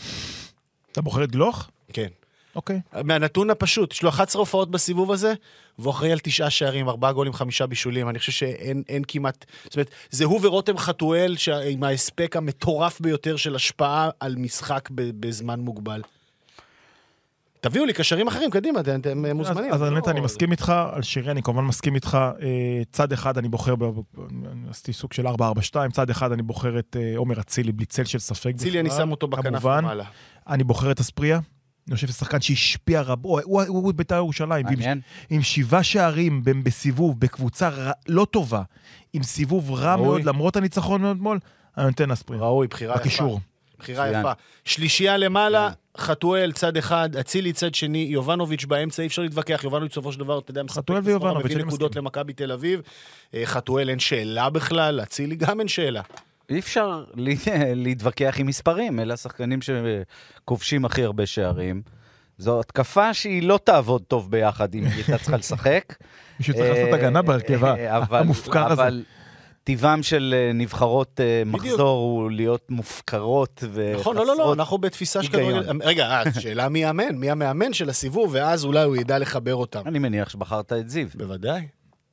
אתה בוחר את גלוך? כן. אוקיי. מהנתון הפשוט, יש לו אחת עשרה הופעות בסיבוב הזה, והוא אחראי על תשעה שערים, ארבעה גולים, חמישה בישולים. אני חושב שאין אין כמעט... זאת אומרת, זה הוא ורותם חתואל עם ההספק המטורף ביותר של השפעה על משחק בזמן מוגבל. תביאו לי קשרים אחרים, קדימה, אתם מוזמנים. אז נטע, אני מסכים איתך, על שירי אני כמובן מסכים איתך, צד אחד אני בוחר, עשיתי סוג של ארבע ארבע שתיים, צד אחד אני בוחר את עומר אצילי, בלי צל של ספק. אצילי אני שם אותו בכנף למעלה. אני בוחר את אספריה, אני חושב ששחקן שהשפיע רב, הוא בית"ר ירושלים, עם שבעה שערים בסיבוב, בקבוצה לא טובה, עם סיבוב רע מאוד, למרות הניצחון מאוד מול, אני נותן אספריה. ראוי, בחירה יפה. בחירה יפה. שלישייה למעלה, חתואל צד אחד, אצילי צד שני, יובנוביץ' באמצע, אי אפשר להתווכח, יובנוביץ' בסופו של דבר, אתה יודע, חתואל ויובנוביץ', מביא נקודות למכבי תל אביב, חתואל אין שאלה בכלל, אצילי גם אין שאלה. אי אפשר להתווכח עם מספרים, אלה השחקנים שכובשים הכי הרבה שערים. זו התקפה שהיא לא תעבוד טוב ביחד אם היא הייתה צריכה לשחק. מישהו צריך לעשות הגנה בהרכב המופקר הזה. אבל טבעם של נבחרות מחזור הוא להיות מופקרות וחסרות. נכון, לא, לא, לא, אנחנו בתפיסה שכדורגל... רגע, שאלה מי המאמן, מי המאמן של הסיבוב, ואז אולי הוא ידע לחבר אותם. אני מניח שבחרת את זיו. בוודאי.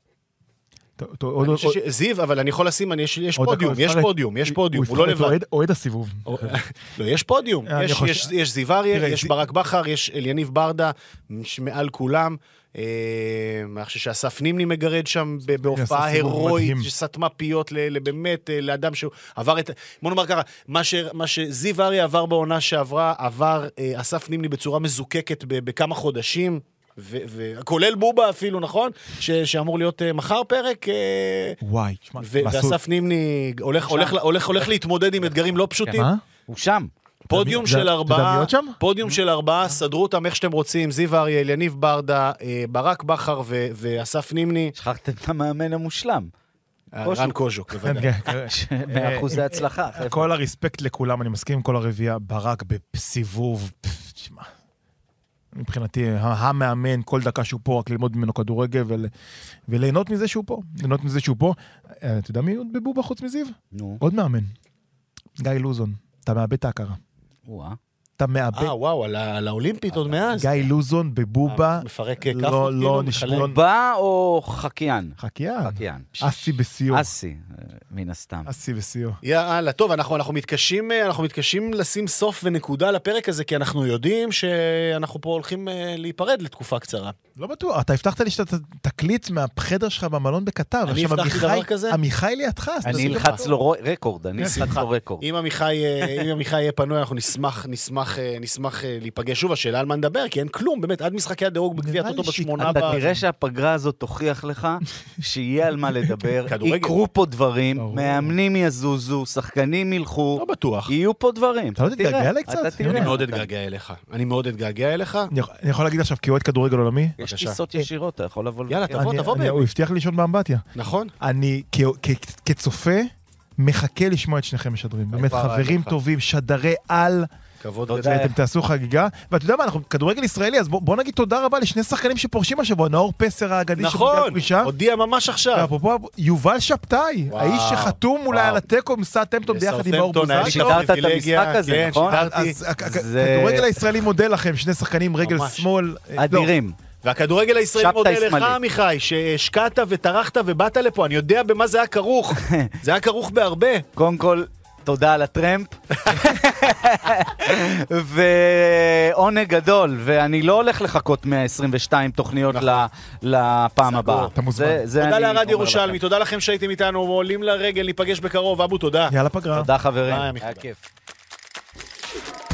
זיו, אבל אני יכול לשים, יש פודיום, יש פודיום, יש פודיום, הוא לא לבד. אוהד הסיבוב. לא, יש פודיום, יש זיו אריה, יש ברק בכר, יש אליניב ברדה, מעל כולם. אני חושב שאסף נימני מגרד שם בהופעה הירואית, שסתמה פיות באמת לאדם שהוא עבר את... בוא נאמר ככה, מה שזיו אריה עבר בעונה שעברה, עבר אסף נימני בצורה מזוקקת בכמה חודשים, וכולל בובה אפילו, נכון? שאמור להיות מחר פרק. וואי, ואסף נימני הולך להתמודד עם אתגרים לא פשוטים. הוא שם. פודיום של ארבעה, פודיום של ארבעה, סדרו אותם איך שאתם רוצים, זיו אריה, אליניב ברדה, ברק בכר ואסף נימני. שכחתם את המאמן המושלם. רן קוז'וק, בוודאי. מאחוזי הצלחה. כל הרספקט לכולם, אני מסכים עם כל הרביעה, ברק בסיבוב, תשמע. מבחינתי, המאמן, כל דקה שהוא פה, רק ללמוד ממנו כדורגל, וליהנות מזה שהוא פה. ליהנות מזה שהוא פה. אתה יודע מי עוד בבובה חוץ מזיו? עוד מאמן. גיא לוזון. אתה מאבד את ההכרה. וואה. אתה מאבד... אה, וואו, על האולימפית עוד מאז. גיא לוזון בבובה. מפרק כף. לא נשמע. בובה או חקיין? חקיין. חקיין. אסי בסיור. אסי, מן הסתם. אסי בסיור. יאללה, טוב, אנחנו מתקשים, אנחנו מתקשים לשים סוף ונקודה לפרק הזה, כי אנחנו יודעים שאנחנו פה הולכים להיפרד לתקופה קצרה. לא בטוח, אתה הבטחת לי שאתה תקליט מהחדר שלך במלון בקטר. אני הבטחתי דבר כזה? עמיחי לידך. אני אלחץ לו רקורד, אני אלחץ לו רקורד. אם עמיחי יהיה פנוי, אנחנו נשמח, נשמח נשמח, נשמח להיפגש שוב, השאלה על מה נדבר, כי אין כלום, באמת, עד משחקי הדירוג בגביע הטוטו בשמונה. אתה תראה שהפגרה הזאת תוכיח לך שיהיה על מה לדבר, יקרו פה דברים, מאמנים יזוזו, שחקנים ילכו, לא בטוח. יהיו פה דברים. אתה לא תתגעגע אליי קצת? אני מאוד אתגעגע אליך. אני מאוד אתגעגע אליך. אני יכול להגיד עכשיו, כאוהד כדורגל עולמי? יש טיסות ישירות, אתה יכול לבוא... יאללה, תבוא, תבוא באמת. הוא הבטיח לי לישון באמבטיה. נכון. אני כצופה מחכה לשמוע את שניכם משדרים. באמת חברים טובים, שדרי על. כבוד ואתם תעשו חגיגה. ואתה יודע מה, אנחנו כדורגל ישראלי, אז בוא נגיד תודה רבה לשני שחקנים שפורשים השבוע, נאור פסר האגדי נכון, הודיע ממש עכשיו. אפרופו, יובל שבתאי, האיש שחתום אולי על הטקו עם סאטהמפטון ביחד עם מאור בוזגלו. שידרת את המשחק הזה, נכון? אז הכדורגל הישראלי מודה לכם, שני שחקנים רגל שמאל. אדירים. והכדורגל הישראלי מודה לך, עמיחי, שהשקעת וטרחת ובאת לפה, אני יודע במה זה היה כרוך. זה היה כרוך בהרבה. קודם כל, תודה על הטרמפ. ועונג גדול, ואני לא הולך לחכות מאה עשרים ושתיים תוכניות לפעם הבאה. אתה מוזמן. תודה לערד ירושלמי, תודה לכם שהייתם איתנו, עולים לרגל, ניפגש בקרוב. אבו, תודה. יאללה פגרה. תודה חברים. היה כיף.